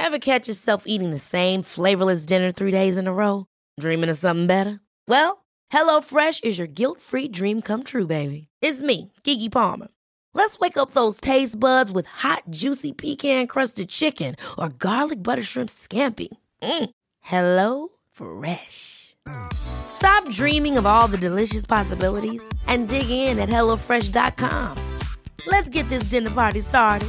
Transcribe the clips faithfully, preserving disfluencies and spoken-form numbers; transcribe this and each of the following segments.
Ever catch yourself eating the same flavorless dinner three days in a row? Dreaming of something better? Well, HelloFresh is your guilt-free dream come true, baby. It's me, Keke Palmer. Let's wake up those taste buds with hot, juicy pecan-crusted chicken or garlic butter shrimp scampi. Mm. Hello Fresh. Stop dreaming of all the delicious possibilities and dig in at hello fresh dot com. Let's get this dinner party started.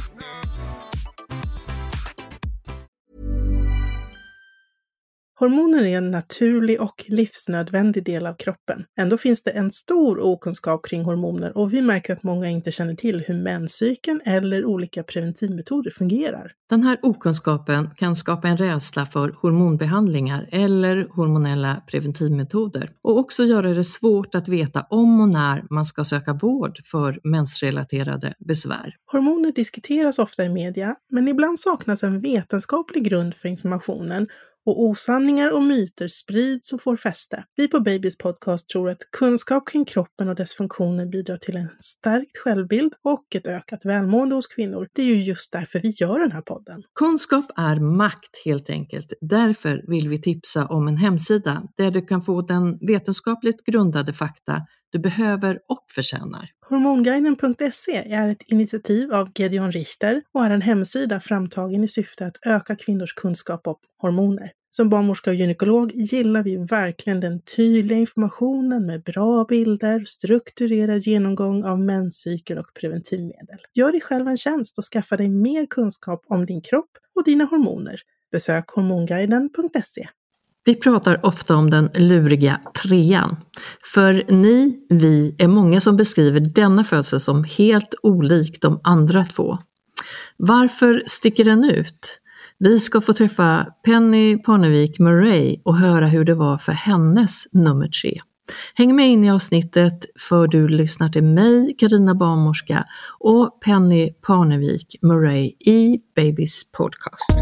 Hormoner är en naturlig och livsnödvändig del av kroppen. Ändå finns det en stor okunskap kring hormoner och vi märker att många inte känner till hur menscykeln eller olika preventivmetoder fungerar. Den här okunskapen kan skapa en rädsla för hormonbehandlingar eller hormonella preventivmetoder och också göra det svårt att veta om och när man ska söka vård för mensrelaterade besvär. Hormoner diskuteras ofta i media, men ibland saknas en vetenskaplig grund för informationen och osanningar och myter sprids och får fäste. Vi på Babys podcast tror att kunskap kring kroppen och dess funktioner bidrar till en stärkt självbild och ett ökat välmående hos kvinnor. Det är ju just därför vi gör den här podden. Kunskap är makt helt enkelt. Därför vill vi tipsa om en hemsida där du kan få den vetenskapligt grundade fakta du behöver och förtjänar. Hormonguiden punkt se är ett initiativ av Gedeon Richter och är en hemsida framtagen i syfte att öka kvinnors kunskap om hormoner. Som barnmorska och gynekolog gillar vi verkligen den tydliga informationen med bra bilder, strukturerad genomgång av menscykel och preventivmedel. Gör dig själv en tjänst och skaffa dig mer kunskap om din kropp och dina hormoner. Besök hormonguiden punkt se. Vi pratar ofta om den luriga trean. För ni, vi är många som beskriver denna födsel som helt olik de andra två. Varför sticker den ut? Vi ska få träffa Penny Parnevik Murray och höra hur det var för hennes nummer tre. Häng med in i avsnittet för du lyssnar till mig, Carina Barnmorska och Penny Parnevik Murray i Babys podcast.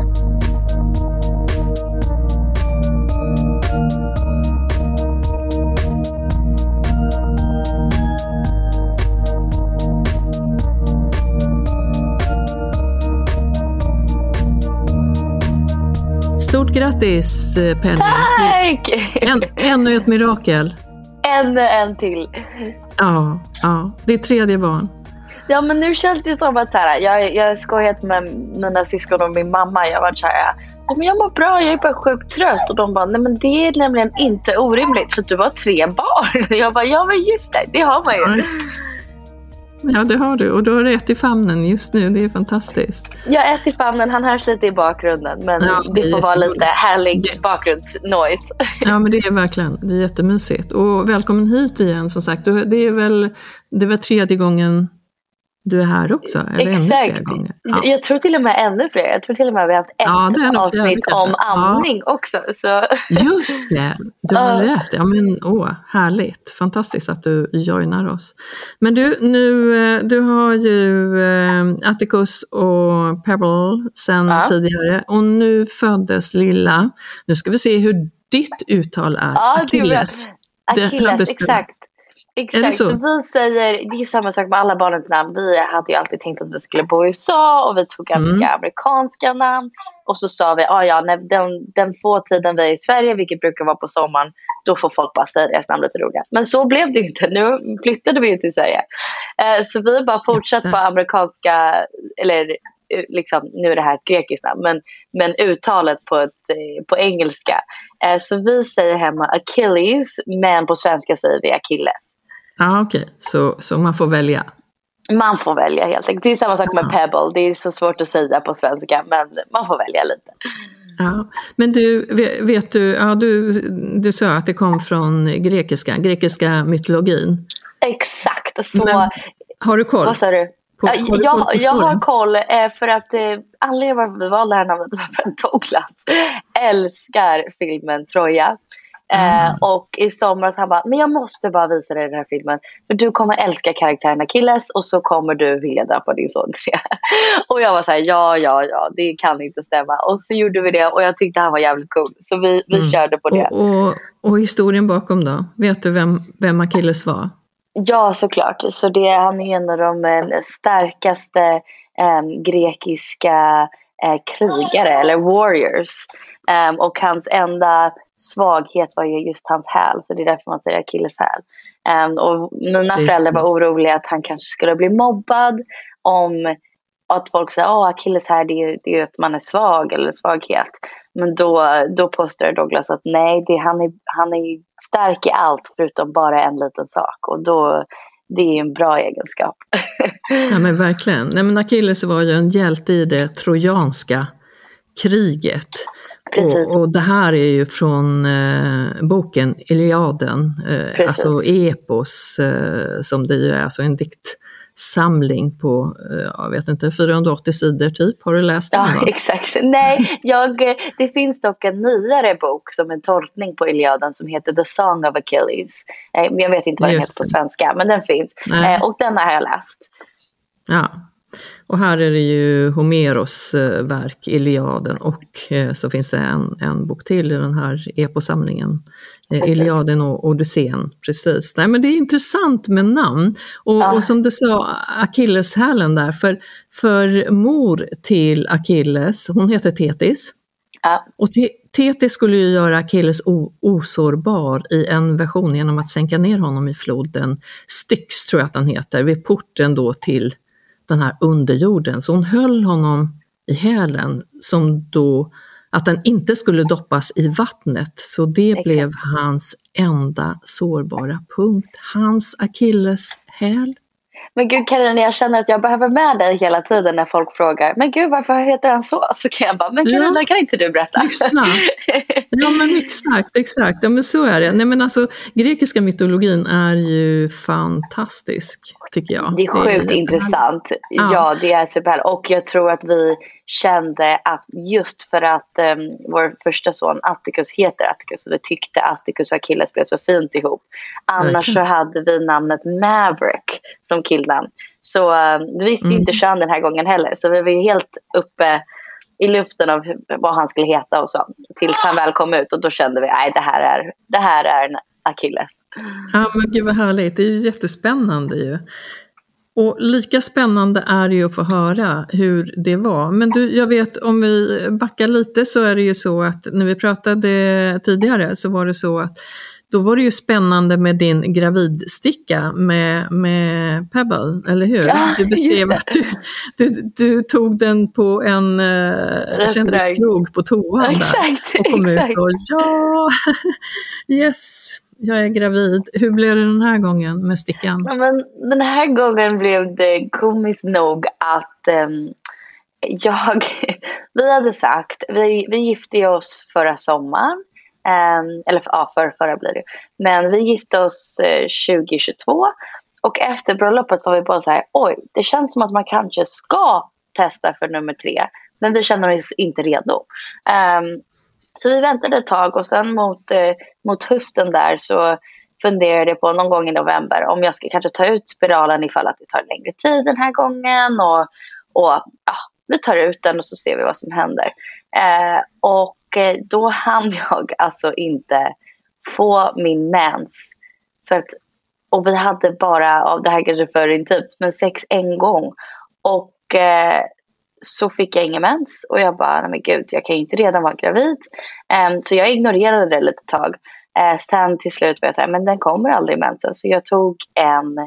Stort grattis, Penny. Tack! En, ännu ett mirakel. Ännu en till. Ja, ja, det är tredje barn. Ja, men nu känns det som att så här, jag, jag har skojat med mina syskon och min mamma. Jag var så här, ja, men jag mår bra, jag är bara sjukt trött. Och de bara, nej men det är nämligen inte orimligt för att du har tre barn. Jag bara, ja men just det, det har man ju. Ja, det har du. Och du har rätt i famnen just nu. Det är fantastiskt. Jag är ett i famnen. Han hörs lite i bakgrunden. Men ja, det, det får vara lite härlig ja. bakgrundsnoise. Ja, men det är verkligen. Det är jättemysigt. Och välkommen hit igen, som sagt. Det är väl det var tredje gången du är här också. Eller exakt. Ännu fler gånger. Ja. Jag tror till och med ännu fler. Jag tror till och med vi har haft ett ja, avsnitt om amning ja. också. Så. Just det. Du har uh. rätt. Ja, men åh, härligt. Fantastiskt att du joinar oss. Men du, nu, du har ju äh, Atticus och Pebble sedan uh. tidigare. Och nu föddes lilla. Nu ska vi se hur ditt uttal är. Ja, Achilles. Det är Achilles, exakt. Exakt, så? så vi säger, det är ju samma sak med alla barnens namn. Vi hade ju alltid tänkt att vi skulle bo i U S A och vi tog mm. amerikanska namn. Och så sa vi, ah, ja, när den, den få tiden vi är i Sverige, vilket brukar vara på sommaren, då får folk bara säga deras namn lite roligt. Men så blev det inte, nu flyttade vi ju till Sverige. Eh, så vi har bara fortsatt på amerikanska, eller liksom, nu är det här ett grekiskt namn, men, men uttalet på, ett, på engelska. Eh, så vi säger hemma Achilles, men på svenska säger vi Achilles. Ja, ah, okej. Okay. Så, så man får välja? Man får välja helt enkelt. Det är samma sak med ja. Pebble. Det är så svårt att säga på svenska, men man får välja lite. Ja, men du, vet du, ja, du, du sa att det kom från grekiska, grekiska mytologin. Exakt. Så, men, har du koll? Vad sa du? På, jag, på, jag, på jag har koll eh, för att eh, anledningen varför vi valde det här namnet var för att Douglas älskar filmen Troja. Mm. Eh, och i somras han bara, men jag måste bara visa dig den här filmen för du kommer älska karaktären Achilles och så kommer du vilja döpa din son. Och jag var så här, ja, ja, ja, det kan inte stämma. Och så gjorde vi det och jag tyckte han var jävligt cool. Så vi, vi mm. körde på det. Och, och, och historien bakom då? Vet du vem, vem Achilles var? Ja, såklart. Så det, han är en av de eh, starkaste eh, grekiska eh, krigare eller warriors. Um, och hans enda svaghet var ju just hans häl. Så det är därför man säger akilleshäl. Um, och mina Precis. föräldrar var oroliga att han kanske skulle bli mobbad. Om att folk säger att akilleshäl det är, det är att man är svag eller svaghet. Men då, då påstår Douglas att nej, det, han, är, han är stark i allt förutom bara en liten sak. Och då, det är en bra egenskap. Ja men verkligen. Nej, men Achilles var ju en hjälte i det trojanska kriget. Och, och det här är ju från eh, boken Iliaden, eh, alltså epos eh, som det ju är, alltså en diktsamling på, eh, jag vet inte, fyrahundraåttio sidor typ. Har du läst den? Ja, exakt. Nej, jag, det finns dock en nyare bok som en tolkning på Iliaden som heter The Song of Achilles. Eh, jag vet inte vad den heter på svenska, men den finns. Eh, och den har jag läst. Ja. Och här är det ju Homeros verk Iliaden och så finns det en, en bok till i den här eposamlingen. Precis. Iliaden och Odysseen, precis. Nej, men det är intressant med namn. Och, ja. och som du sa, Achilleshälen där, för, för mor till Achilles, hon heter Thetis. Ja. Och Thetis skulle ju göra Achilles o- osårbar i en version genom att sänka ner honom i floden Styx, tror jag att den heter, vid porten då till den här underjorden. Så hon höll honom i hälen som då att den inte skulle doppas i vattnet. Så det Exakt. blev hans enda sårbara punkt. Hans Achilleshäl. Men gud Karina, jag känner att jag behöver med dig hela tiden när folk frågar. Men gud, varför heter han så? Så kan jag bara, men Karina, ja. kan inte du berätta? Lyssna. Ja men exakt, exakt. Ja men så är det. Nej men alltså, grekiska mytologin är ju fantastisk, tycker jag. Det är sjukt det är intressant. Ja. ja, det är superhärligt. Och jag tror att vi kände att just för att um, vår första son Atticus heter Atticus, och vi tyckte Atticus och Achilles blev så fint ihop. Annars okay. så hade vi namnet Maverick som killnamn. Så um, vi visste ju mm. inte kön den här gången heller. Så vi var helt uppe i luften av vad han skulle heta och så. Tills han väl kom ut och då kände vi, nej det här är, det här är en Achilles. Ja men gud vad härligt, det är ju jättespännande ju. Och lika spännande är det ju att få höra hur det var. Men du, jag vet, om vi backar lite så är det ju så att när vi pratade tidigare så var det så att då var det ju spännande med din gravidsticka med, med Pebble, eller hur? Ja, du beskrev att du, du, du tog den på en uh, kändiskrog på toan där. Exakt, och kom exakt. ut och ja, yes, jag är gravid. Hur blev det den här gången med stickan? Ja, men den här gången blev det komiskt nog att um, jag, vi hade sagt, vi, vi gifte oss förra sommaren. Um, eller ja, för, förra blir det. Men vi gifte oss uh, tjugo tjugotvå. Och efter bröllopet var vi bara så här, oj, det känns som att man kanske ska testa för nummer tre. Men vi känner oss inte redo. Um, så vi väntade ett tag och sen mot, uh, mot hösten där så funderade jag på någon gång i november om jag ska kanske ta ut spiralen ifall att det tar längre tid den här gången. Och, och ja, vi tar ut den och så ser vi vad som händer. Uh, och då hann jag alltså inte få min mens. För att, och vi hade bara, av det här kanske för intimt, men sex en gång. Och eh, så fick jag ingen mens. Och jag bara, nej men gud, jag kan ju inte redan vara gravid. Eh, så jag ignorerade det lite tag. Eh, sen till slut var jag så här, men den kommer aldrig mensen. Så jag tog en...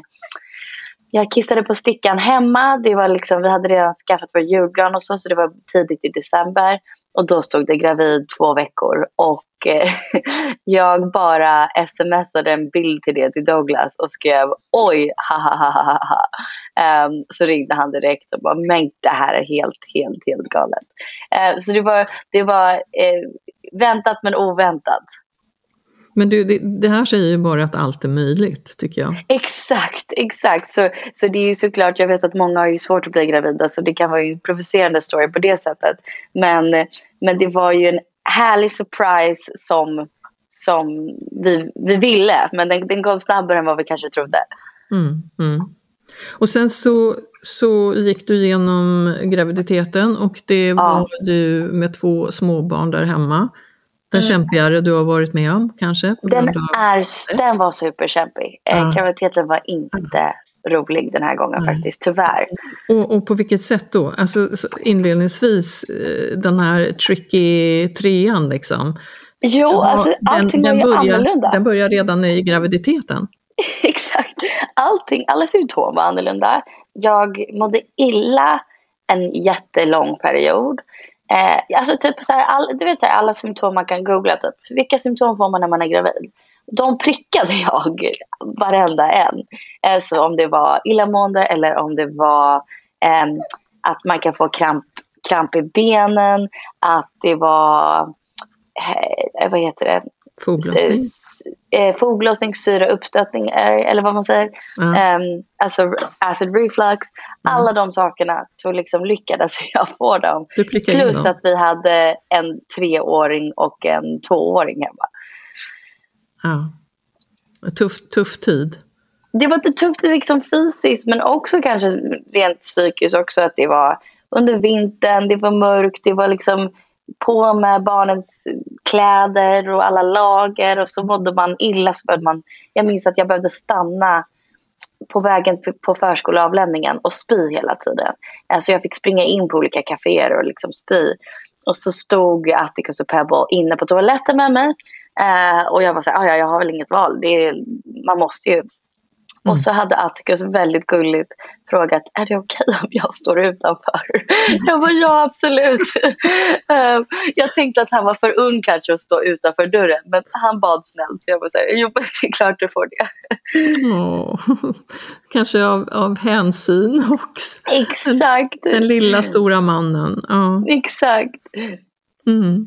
Jag kissade på stickan hemma. Det var liksom, vi hade redan skaffat vår julgran och så. Så det var tidigt i december. Och då stod det gravid två veckor. Och eh, jag bara smsade en bild till det till Douglas. Och skrev, oj, ha ha ha ha ha. Um, så ringde han direkt och bara, men det här är helt, helt, helt galet. Uh, så det var, det var eh, väntat men oväntat. Men du, det, det här säger ju bara att allt är möjligt, tycker jag. Exakt, exakt. Så, så det är ju såklart, jag vet att många har ju svårt att bli gravida, så det kan vara en provocerande story på det sättet. Men, men det var ju en härlig surprise som, som vi, vi ville, men den, den kom snabbare än vad vi kanske trodde. Mm, mm. Och sen så, så gick du igenom graviditeten och det var ja. du med två småbarn där hemma. Den mm. kämpigare du har varit med om kanske? Den, är, den var superkämpig. Ja. Graviditeten var inte rolig den här gången mm. faktiskt, tyvärr. Och, och på vilket sätt då? Alltså inledningsvis den här tricky trean liksom. Jo, var, alltså allting den, den var ju börjar, annorlunda. Den börjar redan i graviditeten. Exakt. Allting, alla symptom var annorlunda. Jag mådde illa en jättelång period. Eh, alltså typ så här, all, du vet så här, alla symptom man kan googla typ. Vilka symptom får man när man är gravid? De prickade jag varenda en. Eh, så om det var illamående eller om det var eh, att man kan få kramp, kramp i benen, att det var eh, vad heter det? Foglossning. Eh, foglossning, syra, uppstötning eller vad man säger. Mm. Um, alltså acid reflux. Mm. Alla de sakerna så liksom lyckades jag få dem. Plus dem. Att vi hade en treåring och en tvååring hemma. Ja. Tuff, tuff tid. Det var inte tufft liksom fysiskt, men också kanske rent psykiskt också, att det var under vintern, det var mörkt, det var liksom på med barnens kläder och alla lager, och så mådde man illa, så behövde man, jag minns att jag behövde stanna på vägen på förskoleavlämningen och spy hela tiden. Så jag fick springa in på olika kaféer och liksom spy. Och så stod Atticus och Pebble inne på toaletten med mig. Eh, och jag var så här, ja, jag har väl inget val. Det är, man måste ju. Mm. Och så hade Atticus väldigt gulligt frågat, är det okej om jag står utanför? Jag var ja, absolut. uh, jag tänkte att han var för ung kanske att stå utanför dörren, men han bad snällt, så jag var så här, jo, det är klart du får det. Oh, kanske av, av hänsyn också. Exakt. Den, den lilla stora mannen. Ja. Exakt. Mm.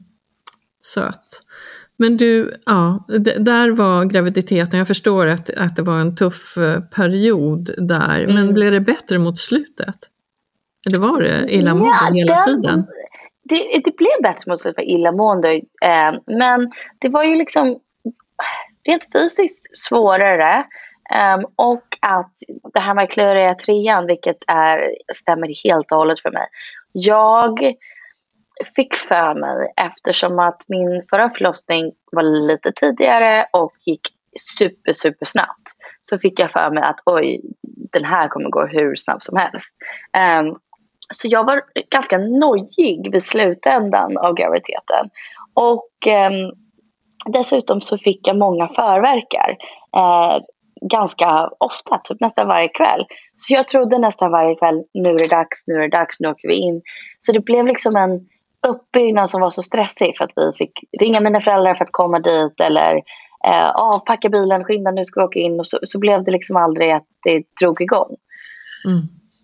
Söt. Men du, ja, d- där var graviditeten, jag förstår att, att det var en tuff period där, mm. men blev det bättre mot slutet? Eller var det illamående ja, hela den, tiden? Det, det blev bättre mot slutet för illamående, eh, men det var ju liksom rent fysiskt svårare, eh, och att det här med klöriga trean, vilket är, stämmer helt och hållet för mig. Jag fick för mig, eftersom att min förra förlossning var lite tidigare och gick super super snabbt, så fick jag för mig att oj, den här kommer gå hur snabbt som helst. Um, så jag var ganska nojig vid slutändan av graviditeten, och um, dessutom så fick jag många förvärkar uh, ganska ofta, typ nästan varje kväll. Så jag trodde nästan varje kväll, nu är det dags, nu är det dags, nu åker vi in. Så det blev liksom en uppbyggnad som var så stressig, för att vi fick ringa mina föräldrar för att komma dit, eller eh, avpacka bilen, skynda, nu ska vi åka in, och så, så blev det liksom aldrig att det drog igång. Mm.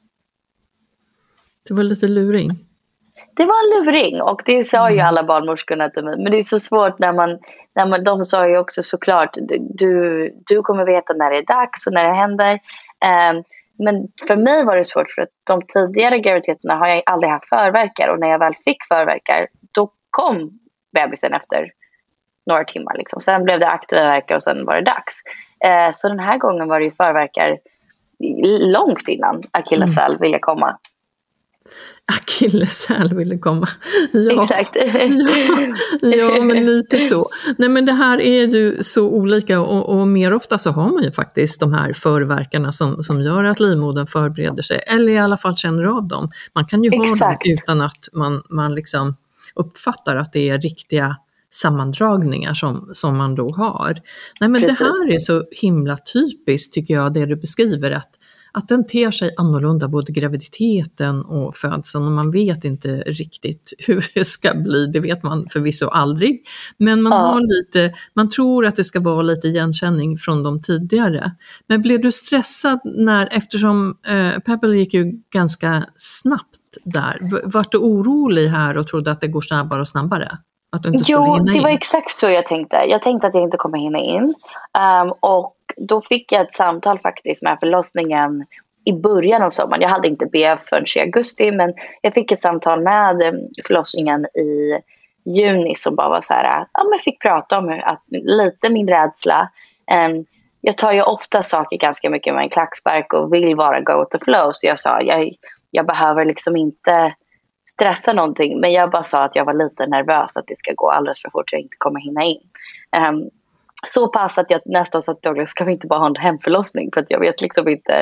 Det var lite luring. Det var en luring, och det sa ju alla barnmorskorna till mig, men det är så svårt när man, när man de sa ju också såklart, du, du kommer veta när det är dags och när det händer. Eh, Men för mig var det svårt, för att de tidigare graviditeterna har jag aldrig haft förvärkar. Och när jag väl fick förvärkar, då kom bebisen efter några timmar. Liksom. Sen blev det aktiva verkar och sen var det dags. Eh, så den här gången var det ju förvärkar långt innan akilleshäl mm. ville komma. Akilleshäl ville komma. Ja, exakt. ja, ja, men lite så. Nej, men det här är ju så olika, och, och mer ofta så har man ju faktiskt de här förvärkarna som, som gör att livmodern förbereder sig, eller i alla fall känner av dem. Man kan ju ha exakt. Dem utan att man, man liksom uppfattar att det är riktiga sammandragningar som, som man då har. Nej, men precis. Det här är så himla typiskt, tycker jag, det du beskriver, att Att den ter sig annorlunda, både graviditeten och födseln, och man vet inte riktigt hur det ska bli, det vet man förvisso aldrig. Men man, ja. har lite, man tror att det ska vara lite igenkänning från de tidigare. Men blev du stressad när, eftersom eh, Pebble gick ju ganska snabbt där, var du orolig här och trodde att det går snabbare och snabbare? Att du inte jo, skulle hinna det in? var exakt så jag tänkte. Jag tänkte att jag inte kommer hinna in. Um, och då fick jag ett samtal faktiskt med förlossningen i början av sommaren. Jag hade inte B F förrän i augusti, men jag fick ett samtal med förlossningen i juni som bara var så här, ja, men fick prata om att lite min rädsla. Um, jag tar ju ofta saker ganska mycket med en klackspark och vill vara go with the flow. Så jag sa, jag, jag behöver liksom inte stressa någonting, men jag bara sa att jag var lite nervös att det ska gå alldeles för fort så jag inte kommer hinna in. Um, så pass att jag nästan sa att jag ska vi inte bara ha en hemförlossning, för att jag vet liksom inte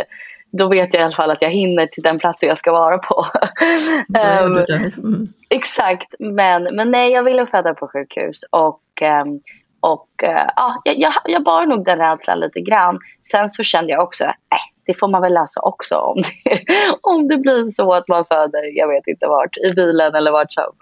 då vet jag i alla fall att jag hinner till den platsen jag ska vara på. um, mm. Exakt, men, men nej, jag ville föda på sjukhus och, um, och uh, ja, jag, jag bar nog den rädslan lite grann. Sen så kände jag också, nej, det får man väl lösa också om det, om det blir så att man föder, jag vet inte vart, i bilen eller vart så.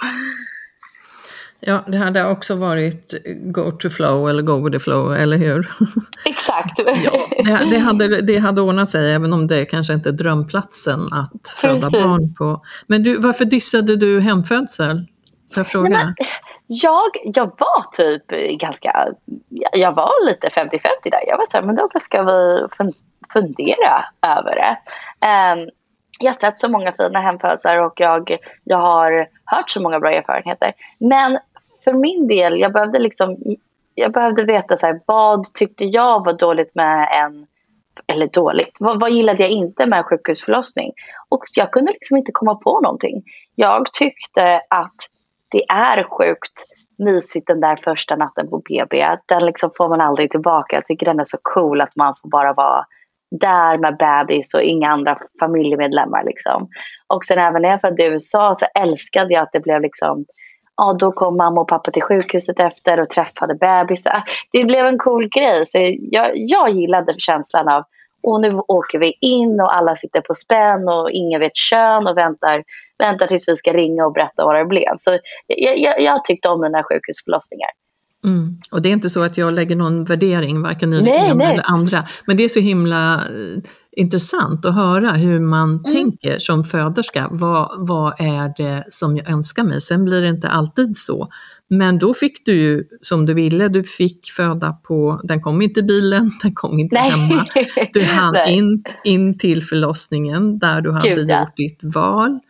Ja, det hade också varit go to flow eller go with the flow, eller hur? Exakt. Ja, det, det, hade, det hade ordnat sig, även om det kanske inte är drömplatsen att föda Precis. barn på. Men du, varför dissade du hemfödsel? Får jag fråga? Nej, men, jag, jag var typ ganska, jag var lite femtio femtio där. Jag var så här, men då ska vi fundera över det. Um, Jag har sett så många fina hemfödslar och jag, jag har hört så många bra erfarenheter. Men för min del, jag behövde liksom, jag behövde veta så här, vad tyckte jag var dåligt med en, eller dåligt, vad, vad gillade jag inte med en sjukhusförlossning? Och jag kunde liksom inte komma på någonting. Jag tyckte att det är sjukt mysigt den där första natten på B B. Den liksom får man aldrig tillbaka. Jag tycker den är så cool att man får bara vara där med bebis och inga andra familjemedlemmar liksom. Och sen även när jag födde i U S A så älskade jag att det blev liksom, ja, då kom mamma och pappa till sjukhuset efter och träffade bebisar. Det blev en cool grej, så jag, jag gillade känslan av, och nu åker vi in och alla sitter på spänn och ingen vet kön och väntar, väntar tills vi ska ringa och berätta vad det blev. Så jag, jag, jag tyckte om mina sjukhusförlossningar. Mm. Och det är inte så att jag lägger någon värdering varken i det ena eller andra, men det är så himla eh, intressant att höra hur man mm. tänker som föderska. Vad, vad är det som jag önskar mig? Sen blir det inte alltid så, men då fick du ju som du ville. Du fick föda på, den kom inte i bilen, den kom inte Nej. hemma. Du hann in, in till förlossningen där du hade Gud, ja. gjort ditt val.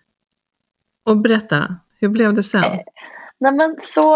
Och berätta, hur blev det sen? Nej, men så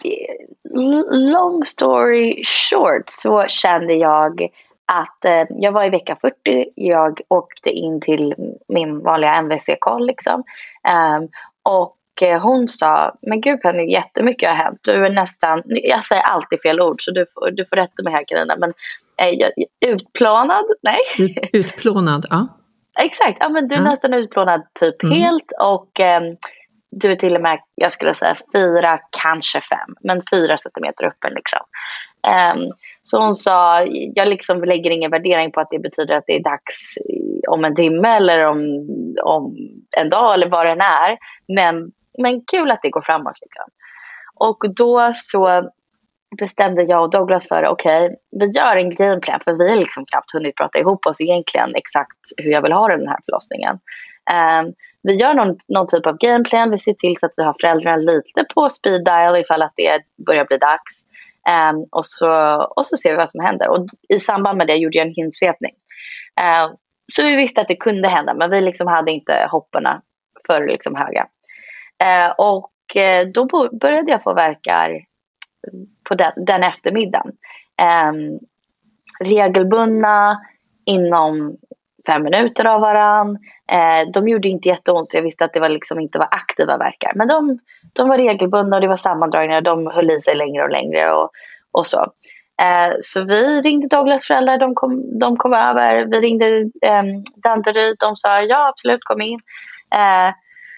long story short så kände jag att eh, jag var i vecka fyrtio, jag åkte in till min vanliga M V C-koll liksom. Um, och eh, hon sa, men gud Penny, jättemycket har hänt. Du är nästan, jag säger alltid fel ord så du får, du får rätta mig här Carina, men eh, utplånad, nej. Ut, utplånad, ja. Exakt, ja men du är ja. nästan utplånad typ mm. helt och... Eh, du är till och med, jag skulle säga fyra, kanske fem, men fyra centimeter uppe liksom. Um, så hon sa, jag liksom lägger ingen värdering på att det betyder att det är dags om en timme eller om, om en dag eller vad det än är. Men, men kul att det går framåt liksom. Och då så bestämde jag och Douglas för, okej, okay, vi gör en gameplan, för vi har liksom knappt hunnit prata ihop oss egentligen exakt hur jag vill ha den här förlossningen. Um, vi gör någon, någon typ av gameplan. Vi ser till så att vi har föräldrarna lite på speed dial ifall att det börjar bli dags. Um, och, så, och så ser vi vad som händer. Och i samband med det gjorde jag en hinsvepning. Uh, så vi visste att det kunde hända, men vi liksom hade inte hopparna för liksom höga. Uh, och uh, då började jag få verkar på den, den eftermiddagen. Um, regelbundna inom fem minuter av varann. Eh, de gjorde inte jätteont, så jag visste att det var liksom inte var aktiva verkar. Men de, de var regelbundna och det var sammandragningar. De höll i sig längre och längre och, och så. Eh, så vi ringde Douglas föräldrar, de kom, de kom över. Vi ringde eh, Danderyd, de sa ja absolut, kom in. Eh,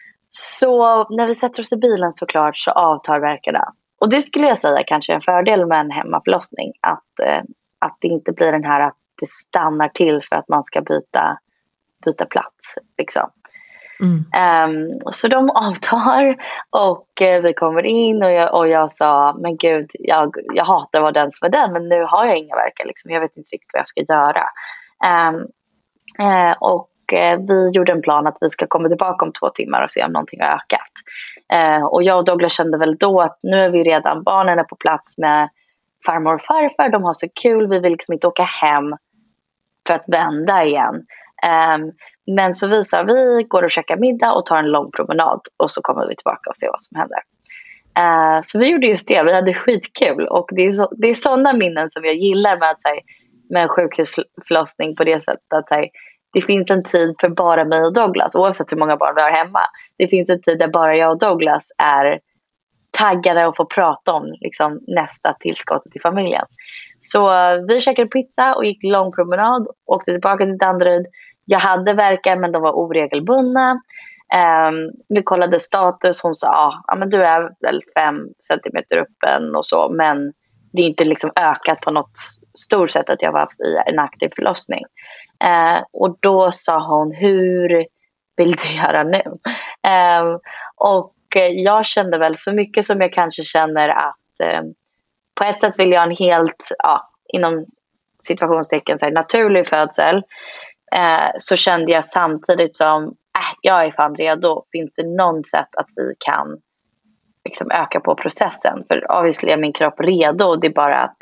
så när vi sätter oss i bilen såklart så avtar verkarna. Och det skulle jag säga kanske är en fördel med en hemmaförlossning. Att, eh, att det inte blir den här att det stannar till för att man ska byta, byta plats. Liksom. Mm. Um, så de avtar och uh, vi kommer in och jag, och jag sa, men gud, jag, jag hatar vad den som var den, men nu har jag inga verkar. Liksom. Jag vet inte riktigt vad jag ska göra. Um, uh, och uh, vi gjorde en plan att vi ska komma tillbaka om två timmar och se om någonting har ökat. Uh, och jag och Douglas kände väl då att nu är vi redan, barnen är på plats med farmor och farfar, de har så kul, vi vill liksom inte åka hem för att vända igen. Um, men så vi sa, vi går och käkar middag och tar en lång promenad och så kommer vi tillbaka och ser vad som händer. Uh, så vi gjorde just det, vi hade skitkul och det är, så, det är sådana minnen som jag gillar med, att, här, med en sjukhusförlossning på det sättet att här, det finns en tid för bara mig och Douglas, oavsett hur många barn vi har hemma. Det finns en tid där bara jag och Douglas är taggade och få prata om liksom, nästa tillskottet i familjen. Så vi käkade pizza och gick lång promenad, åkte tillbaka till Danderyd. jag hade verkar men de var oregelbundna. Um, vi kollade status, hon sa ja men du är väl fem centimeter öppen och så, men det är inte liksom ökat på något stort sätt att jag var i en aktiv förlossning. Uh, och då sa hon, hur vill du göra nu? Um, och jag kände väl så mycket som jag kanske känner att um, på ett sätt vill jag en helt, ja, inom situationstecken så här, naturlig födsel. Uh, så kände jag samtidigt som äh, jag är fan redo. Finns det någon sätt att vi kan liksom öka på processen? För obviously är min kropp redo och det är bara att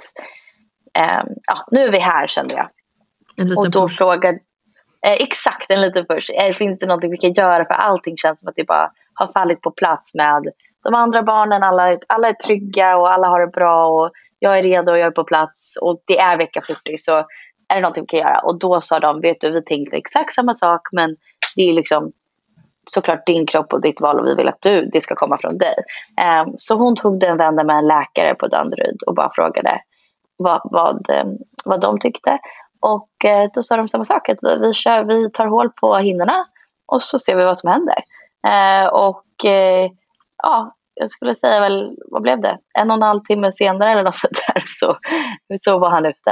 um, ja, nu är vi här, kände jag. Och då frågade eh, exakt en liten push. Eh, finns det någonting vi kan göra? För allting känns som att det bara har fallit på plats med de andra barnen. Alla, alla är trygga och alla har det bra och jag är redo och jag är på plats och det är vecka fyrtio, så är det någonting vi kan göra? Och då sa de, vet du, vi tänkte exakt samma sak, men det är liksom såklart din kropp och ditt val och vi vill att du, det ska komma från dig. Um, så hon tog en vända med en läkare på Danderyd och bara frågade vad, vad, um, vad de tyckte. Och eh, då sa de samma sak, att vi, vi, kör, vi tar hål på hinnorna och så ser vi vad som händer. Eh, och eh, ja, jag skulle säga väl, vad blev det? En och en halv timme senare eller något sånt där, så, så var han ute.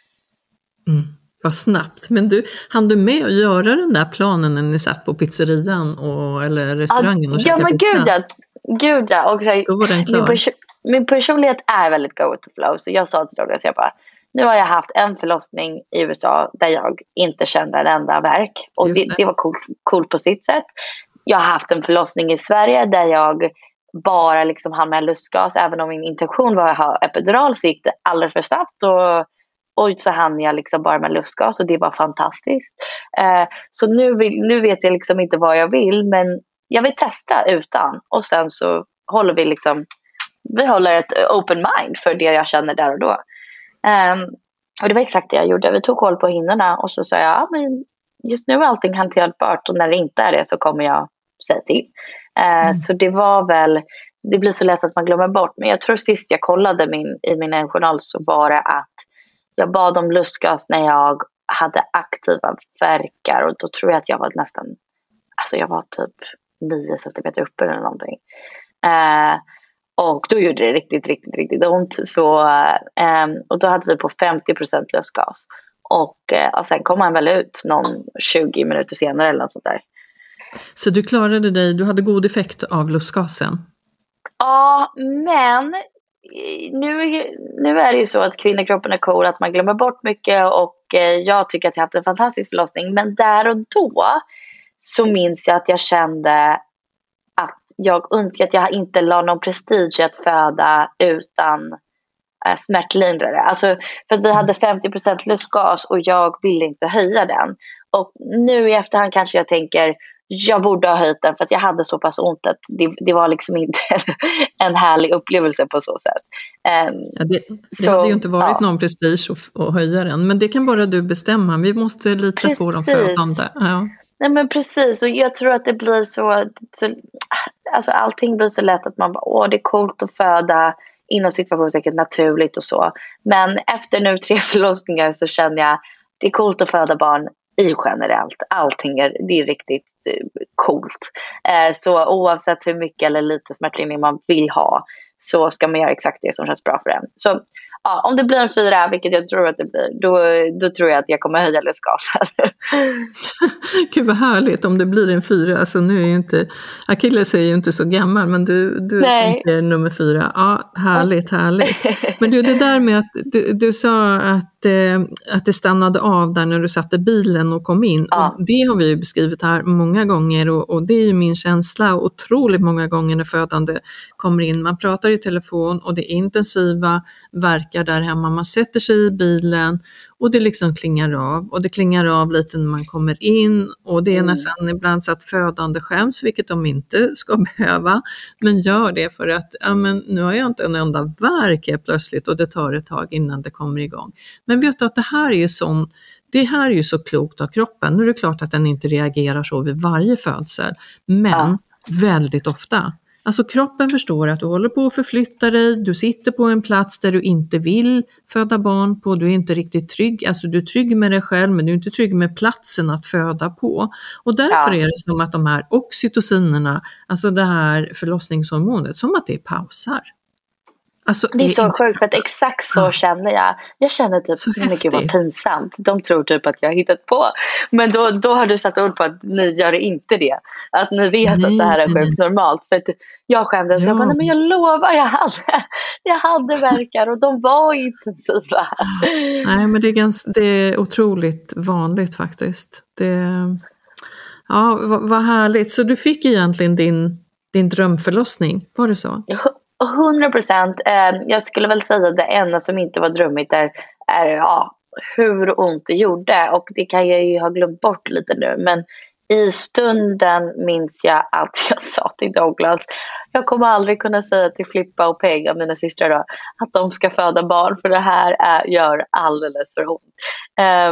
Mm, vad snabbt. Men du, hann du med att göra den där planen när ni satt på pizzerian och, eller restaurangen och ja, käkade men pizza? Gud, ja, gud ja. Och så här, då var den klar. Min, pers- min personlighet är väldigt go with the flow, så jag sa till Douglas, jag bara, nu har jag haft en förlossning i U S A där jag inte kände en enda värk. Och det, det var coolt, coolt på sitt sätt. Jag har haft en förlossning i Sverige där jag bara liksom hann med lustgas. Även om min intention var att ha epidural så gick det alldeles för snabbt. Och, och så hann jag liksom bara med lustgas och det var fantastiskt. Eh, så nu, vill, nu vet jag liksom inte vad jag vill, men jag vill testa utan. Och sen så håller vi liksom, vi håller ett open mind för det jag känner där och då. Um, och det var exakt det jag gjorde. Vi tog koll på hinnorna och så sa jag, ja, men just nu är allting hanterbart och när det inte är det så kommer jag säga till. Uh, mm. Så det var väl, det blir så lätt att man glömmer bort, men jag tror sist jag kollade min, i min journal så var det att jag bad om lustgas när jag hade aktiva verkar, och då tror jag att jag var nästan, alltså jag var typ nio centimeter uppe eller någonting. Uh, Och då gjorde det riktigt, riktigt, riktigt ont. Så, um, och då hade vi på femtio procent lustgas. Och, uh, och sen kom han väl ut någon tjugo minuter senare eller något sånt där. Så du klarade dig, du hade god effekt av lustgasen? Ja, men nu, nu är det ju så att kvinnokroppen är cool, att man glömmer bort mycket. Och uh, jag tycker att jag haft en fantastisk förlossning. Men där och då så minns jag att jag kände att jag önskar att jag inte la någon prestige i att föda utan äh, smärtlindrare. Alltså, för att vi hade femtio procent lustgas och jag ville inte höja den. Och nu i efterhand kanske jag tänker, jag borde ha höjt den för att jag hade så pass ont att det, det var liksom inte en härlig upplevelse på så sätt. Um, ja, det det så, hade ju inte varit ja. någon prestige att, att höja den, men det kan bara du bestämma. Vi måste lita precis. På de födande. Ja. Nej, men precis, och jag tror att det blir så, så alltså allting blir så lätt att man bara, åh, det är coolt att föda inom situationstecken naturligt och så. Men efter nu tre förlossningar så känner jag det är coolt att föda barn i generellt. Allting är, det är riktigt coolt. Eh, så oavsett hur mycket eller lite smärtlindring man vill ha så ska man göra exakt det som känns bra för en. Så ja, om det blir en fyra, vilket jag tror att det blir, då, då tror jag att jag kommer höja lustgasen. Gud vad härligt om det blir en fyra. Alltså nu är ju inte, Achilles är ju inte så gammal, men du, du tänker nummer fyra. Ja, härligt, härligt. Men du, det där med att du, du sa att, eh, att det stannade av där när du satte bilen och kom in. Ja. Och det har vi ju beskrivit här många gånger och, och det är ju min känsla otroligt många gånger när födande kommer in. Man pratar i telefon och det är intensiva verkar där hemma. Man sätter sig i bilen och det liksom klingar av. Och det klingar av lite när man kommer in. Och det är mm. nästan ibland så att födande skäms, vilket de inte ska behöva. Men gör det för att ja, men nu har jag inte en enda verk här plötsligt och det tar ett tag innan det kommer igång. Men vet du att det här är ju sån, det här är ju så klokt av kroppen. Nu är det klart att den inte reagerar så vid varje födsel. Men ja. väldigt ofta. Alltså kroppen förstår att du håller på att förflytta dig, du sitter på en plats där du inte vill föda barn på, du är inte riktigt trygg, alltså du är trygg med dig själv men du är inte trygg med platsen att föda på. Och därför ja. är det som att de här oxytocinerna, alltså det här förlossningshormonet, som att det pausar. Alltså, det är så inte... sjukt för att exakt så ja. känner jag. Jag känner typ, så mycket var pinsamt. De tror typ att jag har hittat på. Men då, då har du satt ord på att ni gör inte det. Att ni vet nej, att det här är sjukt nej. normalt. För att jag skämdes. Ja. Jag bara, nej men jag lovar, jag hade, jag hade verkar och de var intensiva. Nej men det är, ganska, det är otroligt vanligt faktiskt. Det, ja, vad, vad härligt. Så du fick egentligen din, din drömförlossning, var det så? Ja. hundra procent. Eh, jag skulle väl säga det enda som inte var drömmigt är, är ja, hur ont det gjorde. Och det kan jag ju ha glömt bort lite nu. Men i stunden minns jag att jag sa till Douglas, jag kommer aldrig kunna säga till Flippa och Peg och mina systrar då, att de ska föda barn. För det här är, gör alldeles för ont. Eh,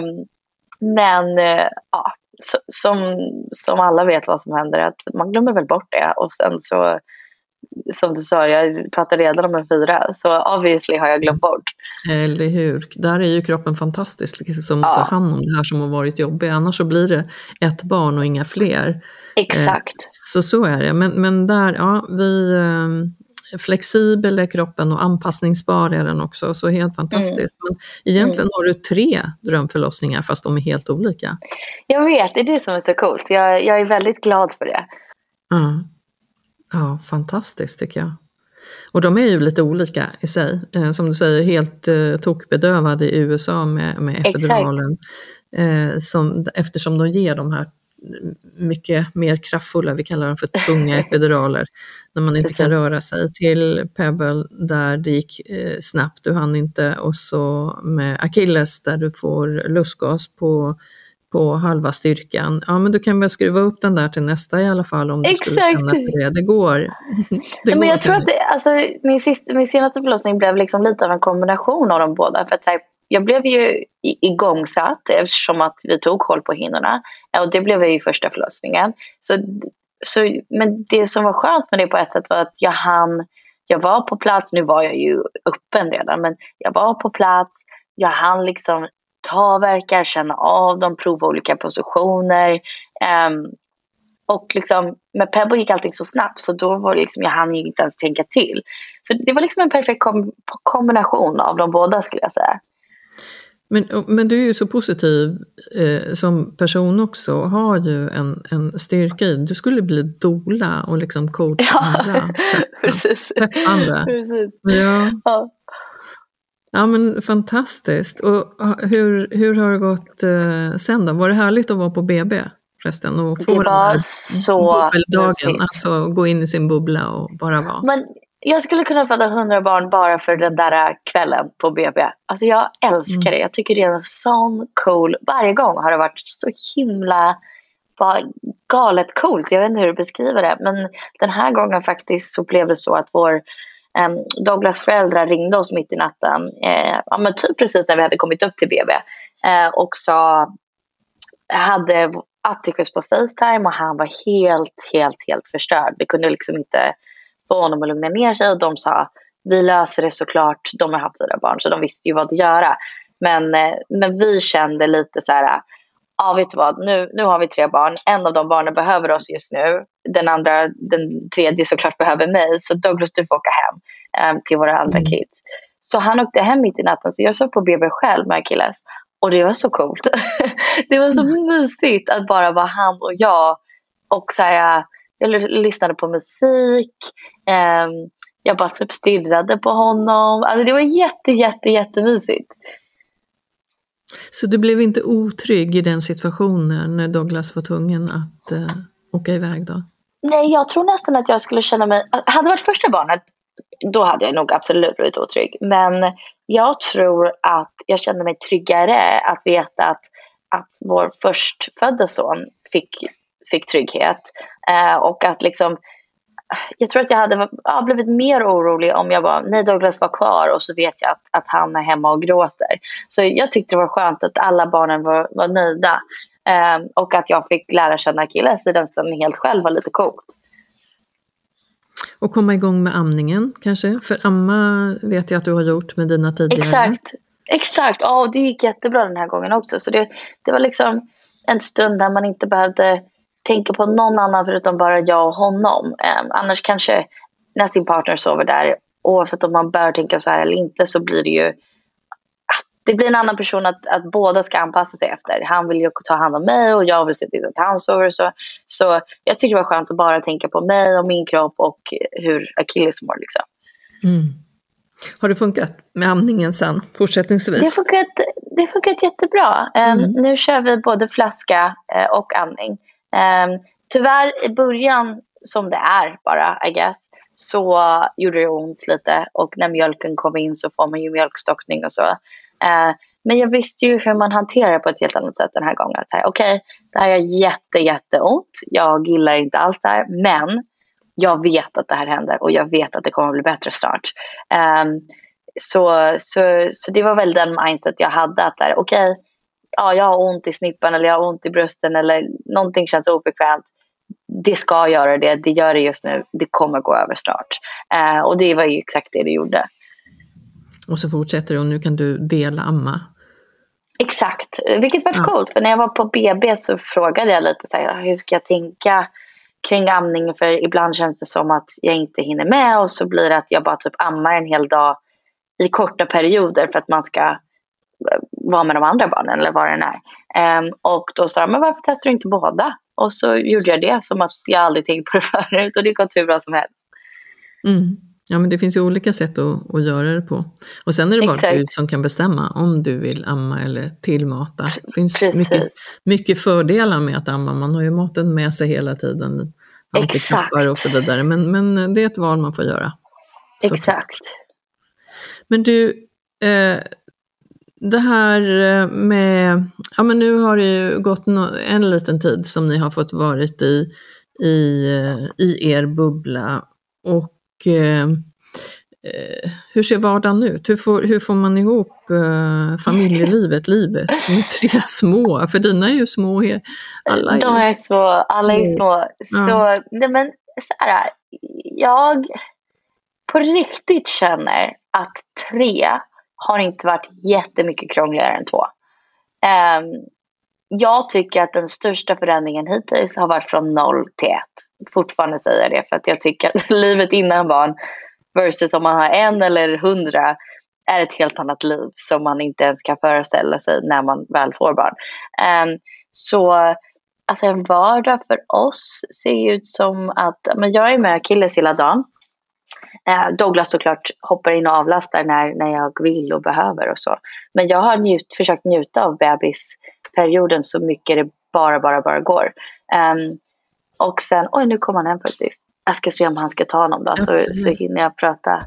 men eh, ja, så, som, som alla vet vad som händer. Att man glömmer väl bort det. Och sen så som du sa, jag pratade redan om en fyra. Så obviously har jag glömt bort. Eller hur? Där är ju kroppen fantastisk liksom, ja. tar hand om det här som har varit jobbigt. Annars så blir det ett barn och inga fler. Exakt. Eh, så så är det. Men, men där, ja, vi eh, flexibel är kroppen och anpassningsbar är den också. Så helt fantastiskt. Mm. Men egentligen mm. har du tre drömförlossningar fast de är helt olika. Jag vet, det är det som är så coolt. Jag, jag är väldigt glad för det. Mm. Ja, fantastiskt tycker jag. Och de är ju lite olika i sig. Eh, som du säger, helt eh, tokbedövade i U S A med, med epiduralen. Eh, som, eftersom de ger de här mycket mer kraftfulla, vi kallar dem för tunga epiduraler. När man inte kan röra sig. Till Pebble där det gick eh, snabbt, du hann inte. Och så med Achilles där du får lustgas på på halva styrkan. Ja, men du kan väl skruva upp den där till nästa i alla fall om du Exakt. skulle känna för det. Det går. Det men går jag tror att det, alltså, min, sista, min senaste förlossning blev liksom lite av en kombination av de båda. För att här, jag blev ju igångsatt eftersom att vi tog håll på hinnorna. Och det blev ju första förlossningen. Så, så, men det som var skönt med det på ett sätt var att jag hann, jag var på plats, nu var jag ju öppen redan, men jag var på plats, jag hann liksom ta verkar, känna av dem, prova olika positioner. Um, och liksom, med Pebble gick allting så snabbt så då var det liksom, jag hann ju inte ens tänka till. Så det var liksom en perfekt kom- kombination av de båda skulle jag säga. Men, men du är ju så positiv eh, som person också, har ju en, en styrka i. Du skulle bli doula och liksom coacha ja, andra. precis. Andra. precis. Ja. ja. Ja men fantastiskt. Och hur, hur har det gått eh, sen då? Var det härligt att vara på B B förresten? Och få det den var här så bubbeldagen, alltså gå in i sin bubbla och bara vara. Men jag skulle kunna föda hundra barn bara för den där kvällen på B B. Alltså jag älskar mm. det. Jag tycker det är en sån cool. Varje gång har det varit så himla bara galet coolt. Jag vet inte hur du beskriver det. Men den här gången faktiskt så blev det så att vår Douglas föräldrar ringde oss mitt i natten, eh, ja, men typ precis när vi hade kommit upp till B B eh, och sa, hade Atticus på FaceTime och han var helt, helt, helt förstörd. Vi kunde liksom inte få honom att lugna ner sig och de sa, vi löser det såklart, de har haft fyra barn så de visste ju vad att göra. Men, eh, men vi kände lite så här, ja vet du vad, nu, nu har vi tre barn. En av de barnen behöver oss just nu. Den andra, den tredje såklart behöver mig. Så Douglas, du får åka hem um, till våra andra mm. kids. Så han åkte hem mitt i natten. Så jag såg på B B själv med Achilles. Och det var så coolt. Det var så mm. mysigt att bara vara han och jag. Och så här, jag lyssnade på musik. Um, jag bara typ stirrade på honom. Alltså det var jätte, jätte, jättemysigt. Så du blev inte otrygg i den situationen när Douglas var tvungen att uh, åka iväg då? Nej, jag tror nästan att jag skulle känna mig... Hade det varit första barnet, då hade jag nog absolut blivit otrygg. Men jag tror att jag kände mig tryggare att veta att, att vår förstfödda son fick, fick trygghet. Uh, och att liksom... Jag tror att jag hade ja, blivit mer orolig om jag var, nej Douglas var kvar och så vet jag att, att han är hemma och gråter. Så jag tyckte det var skönt att alla barnen var, var nöjda. Um, och att jag fick lära känna Achilles i den stunden helt själv var lite coolt. Och komma igång med amningen kanske? För amma vet jag att du har gjort med dina tidigare. Exakt, exakt. Ja, oh, det gick jättebra den här gången också. Så det, det var liksom en stund där man inte behövde tänka på någon annan förutom bara jag och honom. Um, annars kanske när sin partner sover där, oavsett om man bör tänka så här eller inte, så blir det ju det blir en annan person att, att båda ska anpassa sig efter. Han vill ju ta hand om mig och jag vill se till att han sover. Så, så jag tycker det var skönt att bara tänka på mig och min kropp och hur Achilles mår. Liksom. Mm. Har det funkat med amningen sen fortsättningsvis? Det har funkat, det har funkat jättebra. Um, mm. Nu kör vi både flaska uh, och amning. Um, tyvärr i början, som det är bara, I guess, så gjorde det ont lite. Och när mjölken kom in så får man ju mjölkstockning och så. Uh, men jag visste ju hur man hanterar på ett helt annat sätt den här gången. Okej, okay, det här är jätte, jätteont. Jag gillar inte allt det här. Men jag vet att det här händer. Och jag vet att det kommer att bli bättre snart. Um, så, så, så det var väl den mindset jag hade. Att okej, okay, ja, jag har ont i snippan. Eller jag har ont i brösten. Eller någonting känns obekvämt. Det ska göra det. Det gör det just nu. Det kommer gå över snart. Uh, och det var ju exakt det det gjorde. Och så fortsätter det och nu kan du dela amma. Exakt, vilket var ja. coolt. För när jag var på B B så frågade jag lite så här, hur ska jag tänka kring amning? För ibland känns det som att jag inte hinner med. Och så blir det att jag bara typ ammar en hel dag i korta perioder för att man ska vara med de andra barnen eller vad det är. Um, och då sa jag, men varför testar du inte båda? Och så gjorde jag det som att jag aldrig tänkt på det förut. Och det gått hur bra som helst. Mm. Ja, men det finns ju olika sätt att, att göra det på. Och sen är det bara du som kan bestämma om du vill amma eller tillmata. Det finns mycket, mycket fördelar med att amma. Man har ju maten med sig hela tiden. Antikroppar och så vidare. Men, men det är ett val man får göra. Så. Exakt. Men du, eh, det här med... Ja, men nu har det ju gått no, en liten tid som ni har fått varit i, i, i er bubbla. Och Eh, hur ser vardagen ut? Hur får, hur får man ihop eh, familjelivet, livet med tre små? För dina är ju små. Alla är, De är så, alla är små. Så, ja. nej, men, så här, jag på riktigt känner att tre har inte varit jättemycket krångligare än två. Um, jag tycker att den största förändringen hittills har varit från noll till ett. Fortfarande säger jag det för att jag tycker att livet innan barn versus om man har en eller hundra är ett helt annat liv som man inte ens kan föreställa sig när man väl får barn. Um, så alltså en vardag för oss ser ut som att men jag är med Achilles hela dagen. Uh, Douglas såklart hoppar in och avlastar när, när jag vill och behöver och så. Men jag har njut, försökt njuta av bebisperioden så mycket det bara, bara, bara går. Um, och sen, oj nu kommer han hem faktiskt. Jag ska se om han ska ta honom då, så, så hinner jag prata.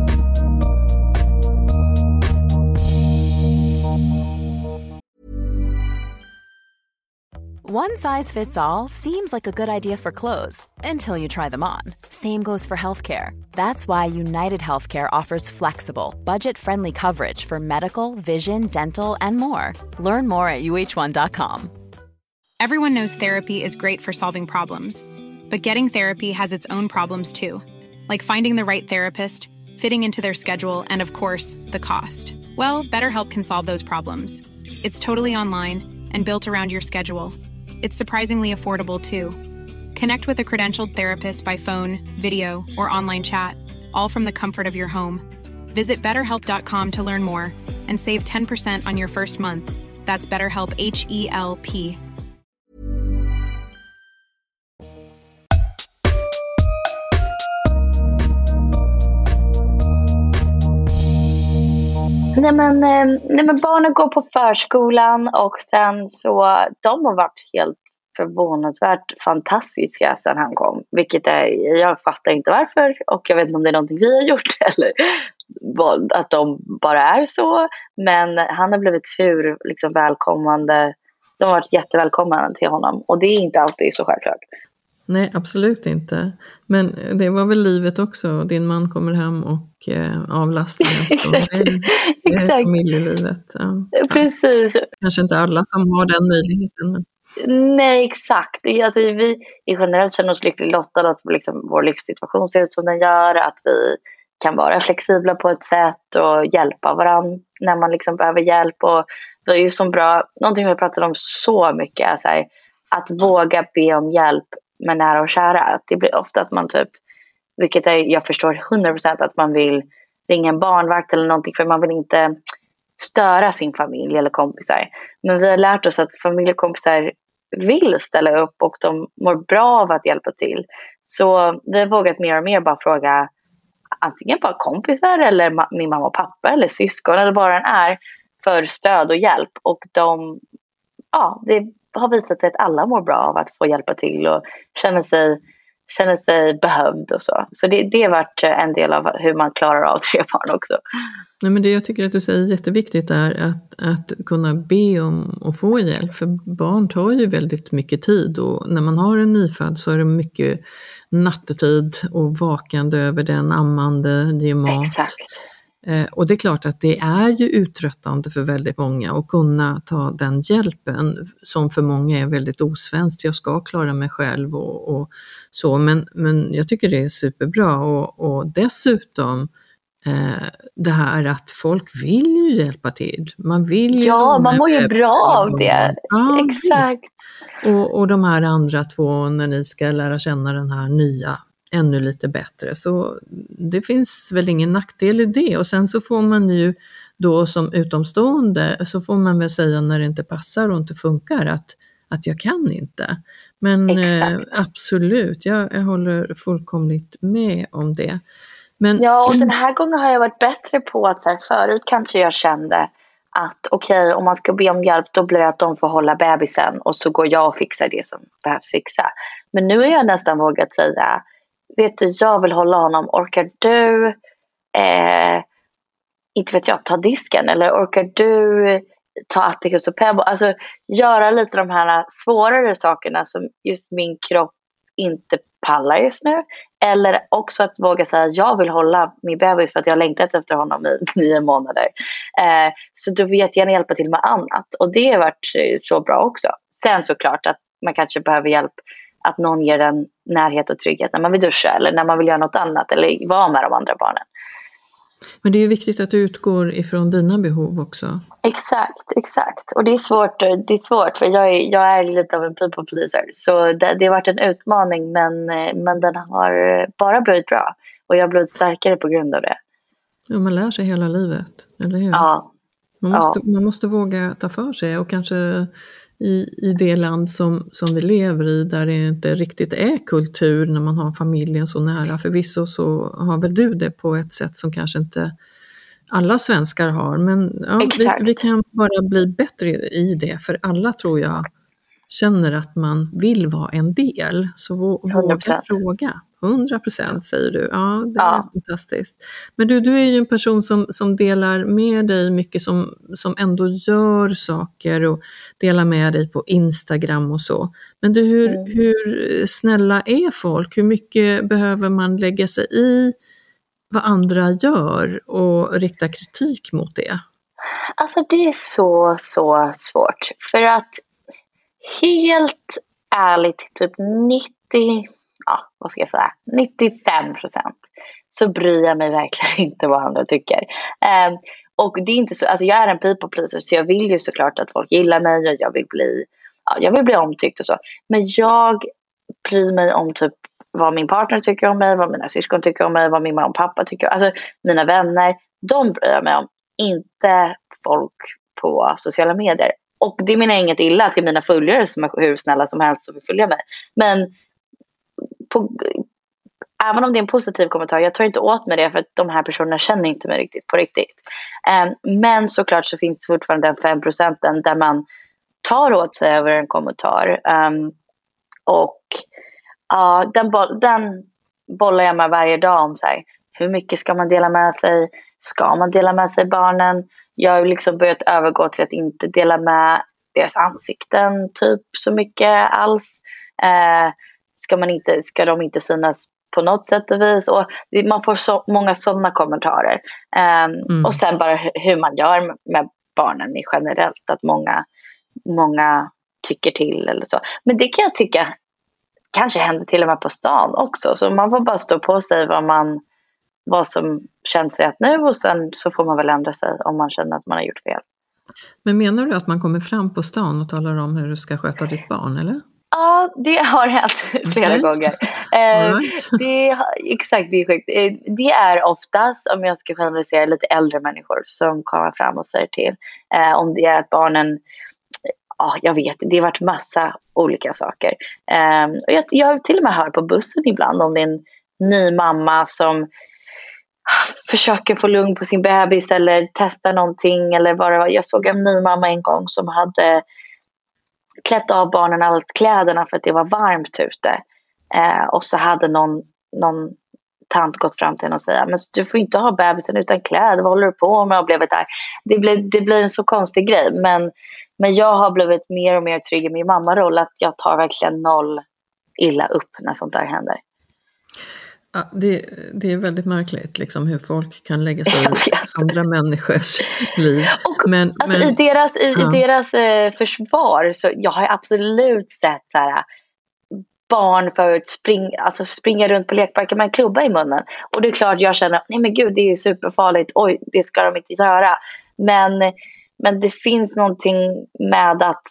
One size fits all seems like a good idea for clothes until you try them on. Same goes for healthcare. That's why United Healthcare offers flexible, budget-friendly coverage for medical, vision, dental, and more. Learn more at U H one dot com. Everyone knows therapy is great for solving problems. But getting therapy has its own problems too. Like finding the right therapist, fitting into their schedule, and of course, the cost. Well, BetterHelp can solve those problems. It's totally online and built around your schedule. It's surprisingly affordable, too. Connect with a credentialed therapist by phone, video, or online chat, all from the comfort of your home. Visit better help dot com to learn more and save ten percent on your first month. That's BetterHelp, H E L P. Nej men, nej men barnen går på förskolan och sen så de har varit helt förvånansvärt fantastiska sedan han kom. Vilket är, jag fattar inte varför och jag vet inte om det är någonting vi har gjort eller att de bara är så. Men han har blivit hur liksom välkommande, de har varit jättevälkomnande till honom och det är inte alltid så självklart. Nej, absolut inte. Men det var väl livet också. Din man kommer hem och eh, avlastar nästa. Exakt. Det är, det är familjelivet. Ja. Precis. Kanske inte alla som har den möjligheten. Men... Nej, exakt. Alltså, vi är generellt känner oss lyckligt lottade att liksom, vår livssituation ser ut som den gör. Att vi kan vara flexibla på ett sätt och hjälpa varandra när man liksom behöver hjälp. Och vi är ju så bra, någonting vi har pratat om så mycket är så här, att våga be om hjälp med nära och kära. Det blir ofta att man typ, vilket är, jag förstår hundra procent att man vill ringa en barnvakt eller någonting för man vill inte störa sin familj eller kompisar. Men vi har lärt oss att familj och kompisar vill ställa upp och de mår bra av att hjälpa till. Så vi har vågat mer och mer bara fråga antingen bara kompisar eller ma- min mamma och pappa eller syskon eller vad den är för stöd och hjälp. Och de, ja, det har visat sig att alla mår bra av att få hjälpa till och känna sig, känna sig behövd och så. Så det, det har varit en del av hur man klarar av tre barn också. Nej, men det jag tycker att du säger jätteviktigt är att, att kunna be om att få hjälp. För barn tar ju väldigt mycket tid och när man har en nyfödd så är det mycket nattetid och vakande över den, ammande, ge mat. Exakt. Eh, och det är klart att det är ju uttröttande för väldigt många att kunna ta den hjälpen som för många är väldigt osvenskt. Jag ska klara mig själv och, och så, men, men jag tycker det är superbra och, och dessutom eh, det här att folk vill ju hjälpa till. Man vill ju ja, man mår ju bra av det. Ja, exakt. Och, och de här andra två när ni ska lära känna den här nya ännu lite bättre. Så det finns väl ingen nackdel i det. Och sen så får man ju då som utomstående så får man väl säga när det inte passar och inte funkar att, att jag kan inte. Men eh, absolut, jag, jag håller fullkomligt med om det. Men, ja, och den här gången har jag varit bättre på att så här, förut kanske jag kände att okej, okay, om man ska be om hjälp då blir det att de får hålla bebisen och så går jag och fixar det som behövs fixa. Men nu är jag nästan vågat säga, vet du, jag vill hålla honom, orkar du eh, inte vet jag, ta disken eller orkar du ta Atticus och Pebbo, alltså göra lite de här svårare sakerna som just min kropp inte pallar just nu. Eller också att våga säga att jag vill hålla min bebis för att jag har längtat efter honom i nio månader. Eh, så då vet jag hjälpa till med annat. Och det har varit så bra också. Sen såklart att man kanske behöver hjälp att någon ger en närhet och trygghet när man vill duscha eller när man vill göra något annat eller vara med de andra barnen. Men det är ju viktigt att du utgår ifrån dina behov också. Exakt, exakt. Och det är svårt, det är svårt för jag är, jag är lite av en people pleaser. Så det, det har varit en utmaning men, men den har bara blivit bra. Och jag har blivit starkare på grund av det. Ja, man lär sig hela livet, eller hur? Ja. Man måste, ja. man måste våga ta för sig och kanske i, i det land som, som vi lever i där det inte riktigt är kultur när man har familjen så nära. Förvisso så har väl du det på ett sätt som kanske inte alla svenskar har. Men ja, vi, vi kan bara bli bättre i det för alla tror jag känner att man vill vara en del. Så våga fråga. hundra procent säger du. Ja, det är ja. fantastiskt. Men du, du är ju en person som, som delar med dig mycket, som, som ändå gör saker och delar med dig på Instagram och så. Men du, hur, mm. hur snälla är folk? Hur mycket behöver man lägga sig i vad andra gör och rikta kritik mot det? Alltså det är så, så svårt. För att helt ärligt, typ nittio, ja, vad ska jag säga, nittiofem procent så bryr jag mig verkligen inte vad andra tycker. Um, och det är inte så, alltså jag är en people pleaser så jag vill ju såklart att folk gillar mig och jag vill bli, ja, jag vill bli omtyckt och så. Men jag bryr mig om typ vad min partner tycker om mig, vad mina syskon tycker om mig, vad min mamma och pappa tycker om mig. Alltså mina vänner, de bryr jag mig om, inte folk på sociala medier. Och det menar jag inget illa till mina följare som är hur snälla som helst som vill följa mig. Men på, även om det är en positiv kommentar, jag tar inte åt mig det för att de här personerna känner inte mig riktigt på riktigt. Um, men såklart så finns det fortfarande den fem procenten där man tar åt sig över en kommentar. Um, och uh, den, boll, den bollar jag med varje dag om så här, hur mycket ska man dela med sig? Ska man dela med sig barnen? Jag har liksom börjat övergå till att inte dela med deras ansikten typ så mycket alls. Eh, ska, man inte, ska de inte synas på något sätt och vis? Och man får så många sådana kommentarer. Eh, mm. Och sen bara hur man gör med barnen i generellt. Att många, många tycker till eller så. Men det kan jag tycka kanske händer till och med på stan också. Så man får bara stå på sig vad, man, vad som känns rätt nu och sen så får man väl ändra sig om man känner att man har gjort fel. Men menar du att man kommer fram på stan och talar om hur du ska sköta ditt barn, eller? Ja, det har hänt flera okay. gånger. Eh, right. det, exakt, det är sjukt. Eh, det är oftast, om jag ska generalisera, lite äldre människor som kommer fram och säger till. Eh, om det är att barnen, ja, jag vet, det har varit massa olika saker. Eh, och jag, jag har till och med hört på bussen ibland om det är en ny mamma som försöker få lugn på sin bebis eller testa någonting eller vad det var. Jag såg en ny mamma en gång som hade klätt av barnen alla kläderna för att det var varmt ute. Eh, och så hade någon, någon tant gått fram till henne och säga, men du får inte ha bebisen utan kläder, vad håller du på med? Och blev där. Det, blir, det blir en så konstig grej. Men, men jag har blivit mer och mer trygg i min mammaroll att jag tar verkligen noll illa upp när sånt där händer. Ja, det, det är väldigt märkligt liksom, hur folk kan lägga sig i andra människors liv. Och, men, alltså, men, I deras, i, ja. i deras eh, försvar så jag har absolut sett så här, barn förut spring, alltså, springa runt på lekparken med en klubba i munnen. Och det är klart jag känner, nej men gud, det är superfarligt, oj, det ska de inte göra. Men, men det finns någonting med att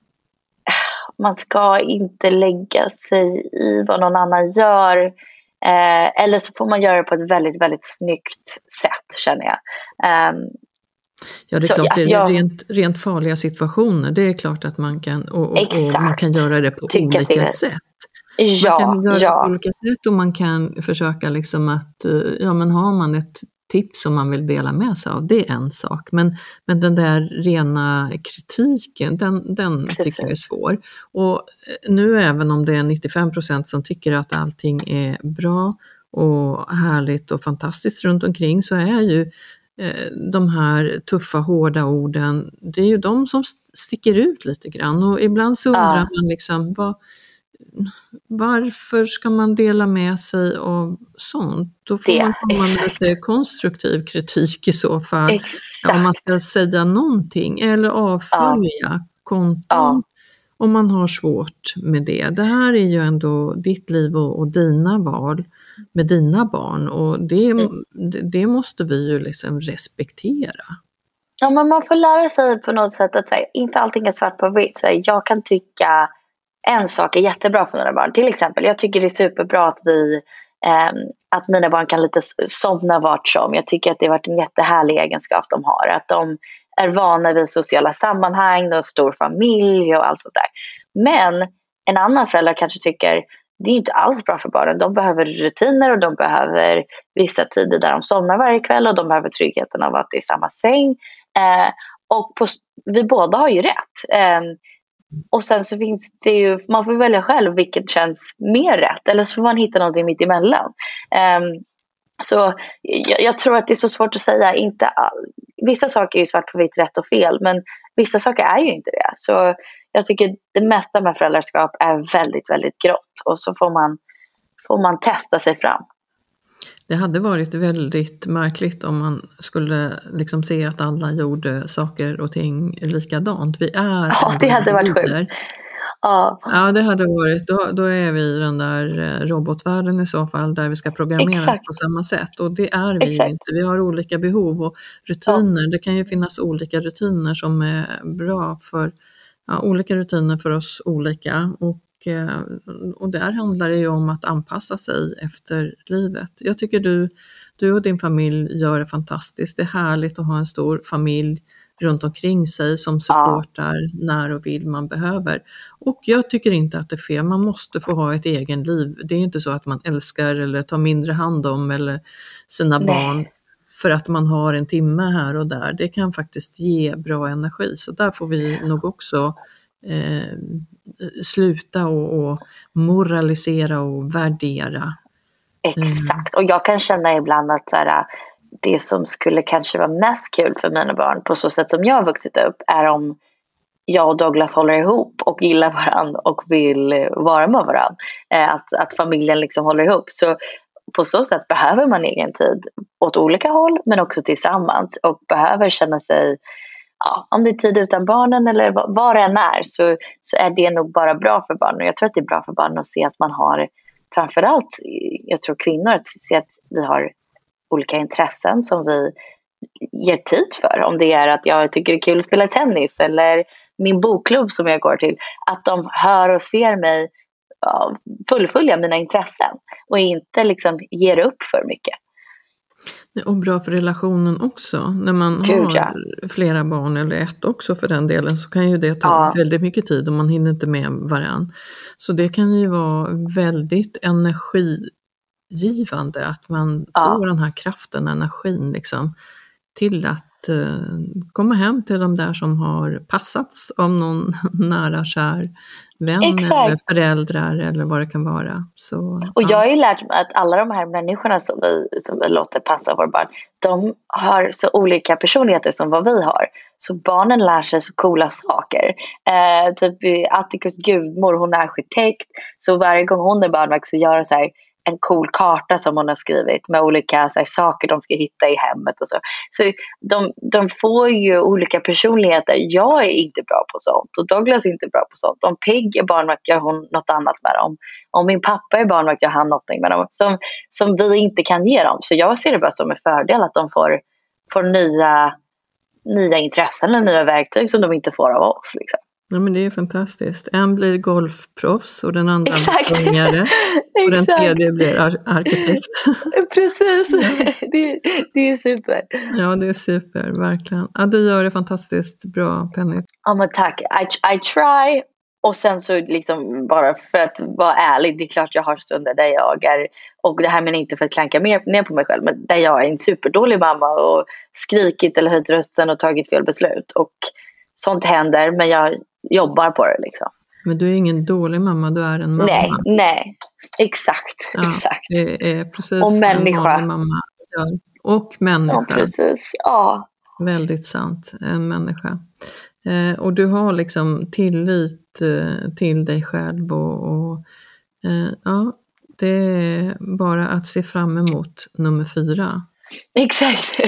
man ska inte lägga sig i vad någon annan gör. Eh, eller så får man göra det på ett väldigt, väldigt snyggt sätt, känner jag. Um, ja, det är så, klart, alltså, det är jag, rent, rent farliga situationer. Det är klart att man kan, och, och, och man kan göra det på olika sätt. Ja, man kan göra ja. det på olika sätt och man kan försöka liksom att, ja men har man ett tips som man vill dela med sig av, det är en sak. Men, men den där rena kritiken, den, den tycker jag är svår. Och nu även om det är nittiofem procent som tycker att allting är bra och härligt och fantastiskt runt omkring, så är ju eh, de här tuffa, hårda orden, det är ju de som sticker ut lite grann. Och ibland så undrar ja. man liksom, vad varför ska man dela med sig av sånt? Då får det, man komma med lite konstruktiv kritik i så fall. Exakt. Om man ska säga någonting eller avfölja ja. konton ja. om man har svårt med det. Det här är ju ändå ditt liv och, och dina val med dina barn och det, mm. det, det måste vi ju liksom respektera. Ja, men man får lära sig på något sätt att säga, inte allting är svart på vitt. Jag kan tycka en sak är jättebra för mina barn. Till exempel, jag tycker det är superbra att vi eh, att mina barn kan lite somna vart som. Jag tycker att det har varit en jättehärlig egenskap de har. Att de är vana vid sociala sammanhang och stor familj och allt sånt där. Men en annan förälder kanske tycker det är inte alls bra för barnen. De behöver rutiner och de behöver vissa tider där de somnar varje kväll och de behöver tryggheten av att det är samma säng. Eh, och på, vi båda har ju rätt. Eh, Och sen så finns det ju, man får välja själv vilket känns mer rätt. Eller så får man hitta någonting mitt emellan. Um, så jag, jag tror att det är så svårt att säga. Inte all, vissa saker är ju svart på vitt, rätt och fel. Men vissa saker är ju inte det. Så jag tycker det mesta med föräldraskap är väldigt, väldigt grått. Och så får man, får man testa sig fram. Det hade varit väldigt märkligt om man skulle liksom se att alla gjorde saker och ting likadant. Vi är ja, det hade varit sjukt. Ja. ja, det hade varit. Då, då är vi i den där robotvärlden i så fall där vi ska programmeras Exakt. på samma sätt. Och det är vi Exakt. inte. Vi har olika behov och rutiner. Ja. Det kan ju finnas olika rutiner som är bra för ja, olika rutiner för oss olika. Och Och där handlar det ju om att anpassa sig efter livet. Jag tycker du, du och din familj gör det fantastiskt. Det är härligt att ha en stor familj runt omkring sig som supportar ja. när och vill man behöver. Och jag tycker inte att det är fel. Man måste få ha ett egen liv. Det är inte så att man älskar eller tar mindre hand om eller sina Nej. barn för att man har en timme här och där. Det kan faktiskt ge bra energi. Så där får vi nog också Eh, sluta och, och moralisera och värdera. Exakt, och jag kan känna ibland att så här, det som skulle kanske vara mest kul för mina barn på så sätt som jag har vuxit upp är om jag och Douglas håller ihop och gillar varandra och vill vara med varandra. Eh, att, att familjen liksom håller ihop. Så på så sätt behöver man egen tid åt olika håll men också tillsammans och behöver känna sig ja, om det är tid utan barnen eller vad, vad det än är, så, så är det nog bara bra för barnen. Och jag tror att det är bra för barnen att se att man har, framförallt, jag tror kvinnor, att se att vi har olika intressen som vi ger tid för. Om det är att jag tycker det är kul att spela tennis eller min bokklubb som jag går till, att de hör och ser mig ja, fullfölja mina intressen och inte liksom ger upp för mycket. Och bra för relationen också. När man Gud, har ja. flera barn eller ett också för den delen, så kan ju det ta Ja. väldigt mycket tid och man hinner inte med varann. Så det kan ju vara väldigt energigivande att man Ja. får den här kraften, energin liksom, till att eh, komma hem till de där som har passats av någon nära kär vän Exakt. eller föräldrar eller vad det kan vara. Så, Och ja. jag har ju lärt mig att alla de här människorna som vi, som vi låter passa våra barn, de har så olika personligheter som vad vi har. Så barnen lär sig så coola saker. Eh, typ Atticus gudmor, hon är arkitekt. Så varje gång hon är barnvakt så gör hon så här en cool karta som hon har skrivit med olika så här, saker de ska hitta i hemmet och så. Så de, de får ju olika personligheter. Jag är inte bra på sånt och Douglas är inte bra på sånt. Om Peg är barnvakt gör hon något annat med dem. Om min pappa är barnvakt gör han något med dem som, som vi inte kan ge dem. Så jag ser det bara som en fördel att de får, får nya, nya intressen eller nya verktyg som de inte får av oss liksom. Ja, men det är fantastiskt. En blir golfproffs och den andra Exakt. blir sångare och den Exakt. tredje blir ar- arkitekt. Precis, det, det är super. Ja, det är super, verkligen. Ja, du gör det fantastiskt bra, Penny. Ja, men tack. I, I try. Och sen så liksom bara för att vara ärlig, det är klart jag har stunder där jag är, och det här men inte för att klanka mer, ner på mig själv, men där jag är en superdålig mamma och skrikit eller höjt rösten och tagit fel beslut. Och sånt händer, men jag jobbar på det liksom. Men du är ingen dålig mamma, du är en mamma. Nej, nej. Exakt, Ja, exakt. det är precis Och vad en människa. vanlig mamma gör. Och människa. Ja, precis. Ja. Väldigt sant, en människa. Eh, och du har liksom tillit eh, till dig själv och, och eh, ja, det är bara att se fram emot nummer fyra. Exakt.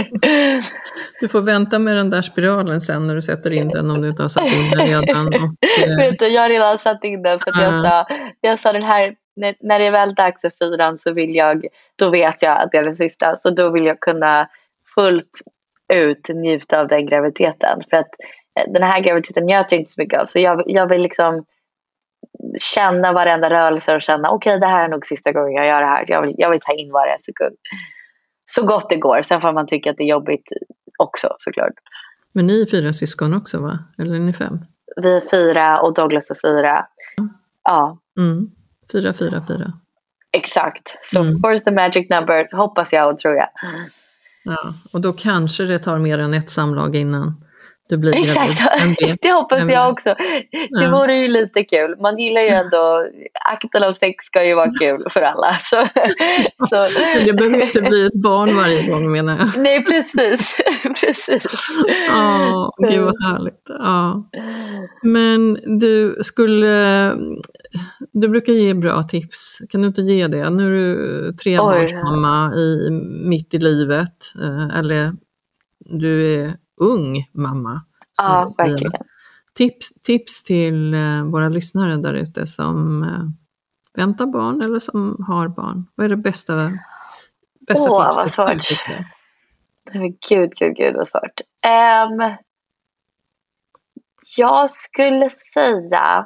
Du får vänta med den där spiralen sen när du sätter in den om du inte har satt in den redan. Och, eh, Vet du, jag har redan satt in den för att jag Ja. sa, jag sa den här, när, när det är väl dags för fyran så vill jag, då vet jag att det är den sista, så då vill jag kunna fullt ut njuta av den graviditeten, för att eh, den här graviditeten njöt jag inte så mycket av, så jag, jag vill liksom känna varenda rörelse och känna okej, okay, det här är nog sista gången jag gör det här, jag vill, jag vill ta in varje sekund så gott det går. Sen får man tycka att det är jobbigt också såklart. Men ni är fyra syskon också, va? Eller är ni fem? Vi är fyra och Douglas är fyra. Ja. Mm. Fyra, fyra, fyra. Exakt. Så Mm. four is the magic number, hoppas jag och tror jag. Ja, och då kanske det tar mer än ett samlag innan du blir gravid. Exakt, Vem vet? det hoppas Vem jag vet? också. Det Ja. vore ju lite kul. Man gillar ju ändå, akten av sex ska ju vara kul för alla. Så, så. Men det behöver inte bli ett barn varje gång, menar jag. Nej, precis. precis. Ja, gud vad härligt. Ja. Men du skulle, du brukar ge bra tips. Kan du inte ge det? Nu är du trebarnsmamma i, mitt i livet. eh, Eller du är ung mamma. som Ja, du säger. verkligen. Tips, tips till eh, våra lyssnare där ute som eh, väntar barn eller som har barn. Vad är det bästa, bästa Åh, tipset? vad svårt. du tycker? Men gud, gud, gud vad svårt. Um, jag skulle säga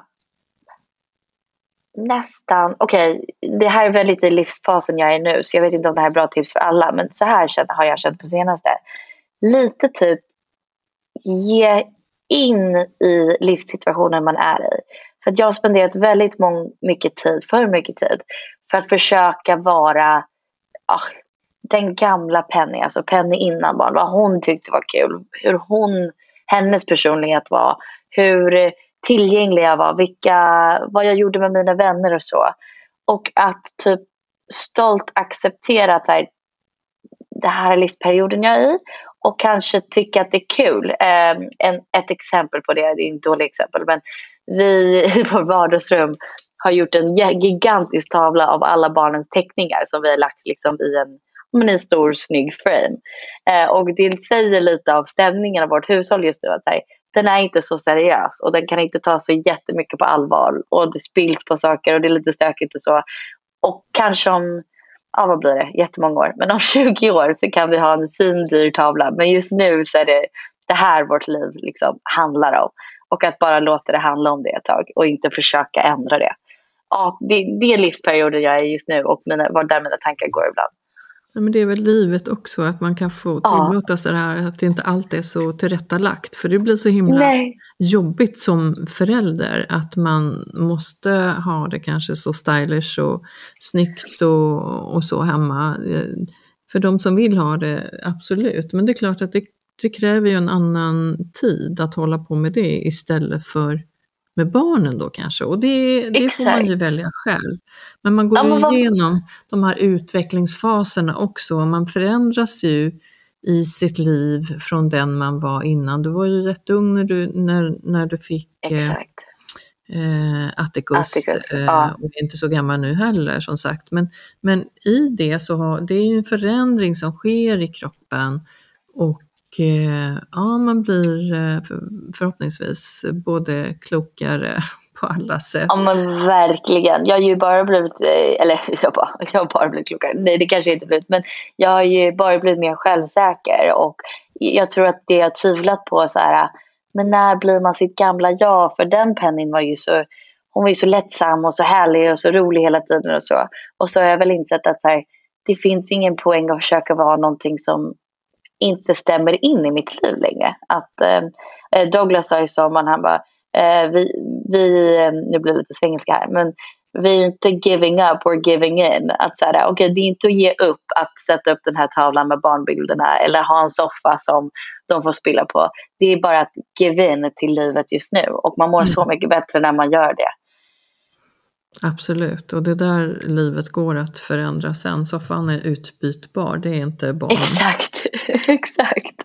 nästan, okej, okay, det här är väl lite livsfasen jag är nu, så jag vet inte om det här är bra tips för alla, men så här har jag känt på senaste. Lite typ ge in i livssituationen man är i. För att jag har spenderat väldigt mång, mycket tid, för mycket tid, för att försöka vara ah, den gamla Penny, alltså Penny innan barn, vad hon tyckte var kul, hur hon, hennes personlighet var, hur tillgänglig jag var, vilka, vad jag gjorde med mina vänner och så. Och att typ stolt acceptera att här, det här är livsperioden jag är i, och kanske tycka att det är kul. Um, en, ett exempel på det, det är inte ett dåligt exempel, men vi i vårt vardagsrum har gjort en gigantisk tavla av alla barnens teckningar som vi har lagt liksom i en men i stor snygg frame. Eh, och det säger lite av stämningen av vårt hushåll just nu. Att säga, den är inte så seriös och den kan inte ta sig jättemycket på allvar. Och det spills på saker och det är lite stökigt och så. Och kanske om, ja vad blir det, jättemånga år. Men om tjugo år så kan vi ha en fin dyr tavla. Men just nu så är det det här vårt liv liksom handlar om. Och att bara låta det handla om det ett tag och inte försöka ändra det. Ja, det, det är livsperioden jag är just nu och mina, var där mina tankar går ibland. Ja, men det är väl livet också att man kan få tillåta sig det här, att det inte alltid är så tillrättalagt. För det blir så himla Nej. jobbigt som förälder att man måste ha det kanske så stylish och snyggt och, och så hemma. För de som vill ha det, absolut. Men det är klart att det, det kräver ju en annan tid att hålla på med det istället för med barnen då kanske. Och det, det får man ju välja själv. Men man går ja, ju igenom de här utvecklingsfaserna också. Man förändras ju i sitt liv från den man var innan. Du var ju jätteung när du, när, när du fick Exakt. eh, Atticus. Atticus eh, ja. Och inte så gammal nu heller som sagt. Men, men i det så har det är ju en förändring som sker i kroppen. Och ja, man blir förhoppningsvis både klokare på alla sätt. Ja, men verkligen. Jag har ju bara blivit, eller jag, bara, jag har bara blivit klokare. Nej, det kanske inte blivit, men jag har ju bara blivit mer självsäker. Och jag tror att det jag tvivlat på så här, men när blir man sitt gamla jag? För den Penny var ju så, hon var ju så lättsam och så härlig och så rolig hela tiden och så. Och så har jag väl insett att så här, det finns ingen poäng att försöka vara någonting som inte stämmer in i mitt liv längre. Att eh, Douglas sa i sommaren, han bara eh, vi, vi, nu blir det lite svengelska här, men vi är inte giving up, we're giving in. Att säga, okej, okay, det är inte att ge upp att sätta upp den här tavlan med barnbilderna eller ha en soffa som de får spilla på. Det är bara att give in till livet just nu. Och man mår mm. så mycket bättre när man gör det. Absolut, och det är där livet går att förändra sen. Soffan är utbytbar, det är inte barn. Exakt, exakt.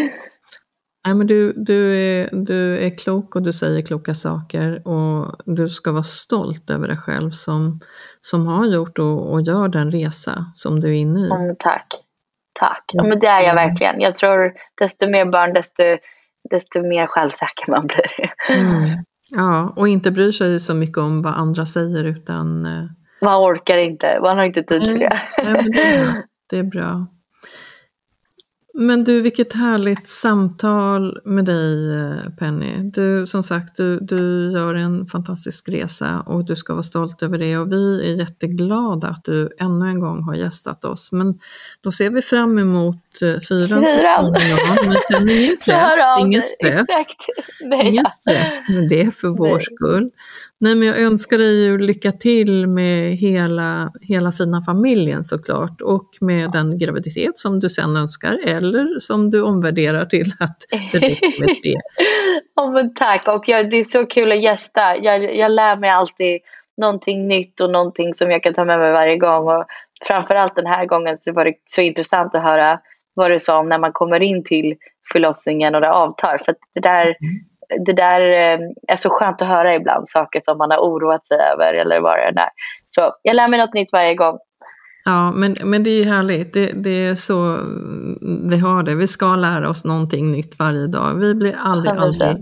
Nej, men du, du, är, du är klok och du säger kloka saker och du ska vara stolt över dig själv som, som har gjort och, och gör den resa som du är inne i. Mm, tack, tack. Ja, men det är jag verkligen. Jag tror desto mer barn, desto, desto mer självsäker man blir. Mm. Ja, och inte bryr sig så mycket om vad andra säger utan... Man orkar inte, man har inte tid för det. Ja, men det är bra. Det är bra. Men du, vilket härligt samtal med dig, Penny. Du, som sagt, du, du gör en fantastisk resa och du ska vara stolt över det. Och vi är jätteglada att du ännu en gång har gästat oss. Men då ser vi fram emot fyran så småningom. Men känner ingen stress, ingen stress. Nej, ingen stress, men det är för vår Nej. skull. Nej, men jag önskar dig ju lycka till med hela, hela fina familjen såklart. Och med den graviditet som du sen önskar. Eller som du omvärderar till att det räcker med tre. Ja, men tack. Och jag, det är så kul att gästa. Jag, jag lär mig alltid någonting nytt och någonting som jag kan ta med mig varje gång. Och framförallt den här gången så var det så intressant att höra vad du sa om när man kommer in till förlossningen och det avtar. För det där... Mm. Det där är så skönt att höra ibland, saker som man har oroat sig över eller vad det är. Så jag lär mig något nytt varje gång. Ja, men, men det är ju härligt. Det, det är så vi har det. Vi ska lära oss någonting nytt varje dag. Vi blir aldrig, aldrig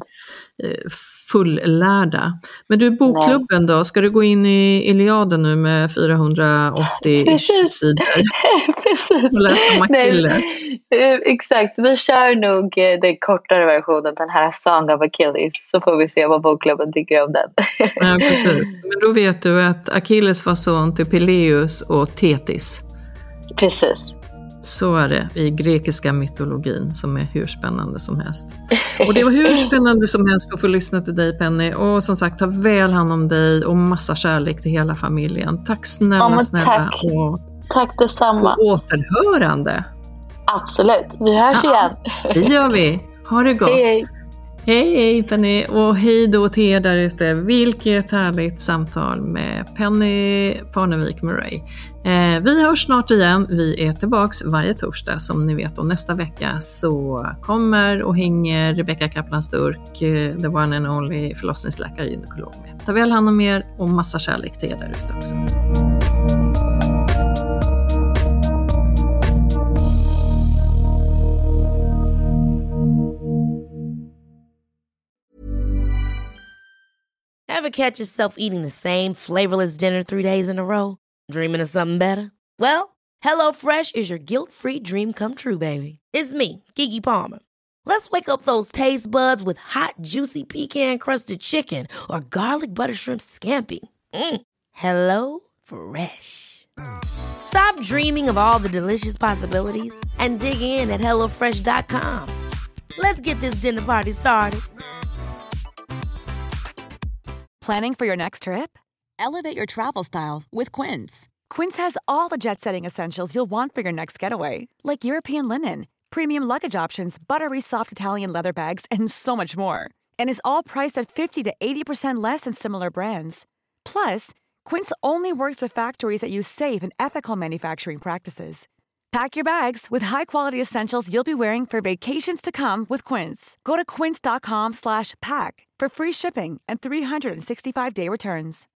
fullärda. Men du, bokklubben då? Ska du gå in i Iliaden nu med fyrahundraåttio sidor? Precis. Och läsa Achilles? Exakt. Vi kör nog den kortare versionen, den här Song of Achilles. Så får vi se vad bokklubben tycker om den. Ja, precis. Men då vet du att Achilles var son till Peleus och Thetis. Precis. Så är det i grekiska mytologin som är hur spännande som helst. Och det var hur spännande som helst att få lyssna till dig, Penny. Och som sagt, ta väl hand om dig och massa kärlek till hela familjen. Tack snälla, ja, snälla. Tack. Och tack detsamma. På återhörande. Absolut, vi hörs ja, igen. Det gör vi. Ha det gott. Hej, hej. Hej, hej Penny, och hej då till er där ute. Vilket härligt samtal med Penny Parnevik Murray. Eh, vi hörs snart igen. Vi är tillbaks varje torsdag som ni vet, och nästa vecka så kommer och hänger Rebecca Kaplan-Sturk, the one and only förlossningsläkare och gynekolog med. Ta väl hand om er och massa kärlek till er där ute också. Ever catch yourself eating the same flavorless dinner three days in a row? Dreaming of something better? Well, HelloFresh is your guilt-free dream come true, baby. It's me, Keke Palmer. Let's wake up those taste buds with hot, juicy pecan-crusted chicken or garlic butter shrimp scampi. Mm. Hello Fresh. Stop dreaming of all the delicious possibilities and dig in at hello fresh dot com. Let's get this dinner party started. Planning for your next trip? Elevate your travel style with Quince. Quince has all the jet-setting essentials you'll want for your next getaway, like European linen, premium luggage options, buttery soft Italian leather bags, and so much more. And is all priced at fifty to eighty percent less than similar brands. Plus, Quince only works with factories that use safe and ethical manufacturing practices. Pack your bags with high-quality essentials you'll be wearing for vacations to come with Quince. Go to quince dot com slash pack for free shipping and three hundred sixty-five day returns.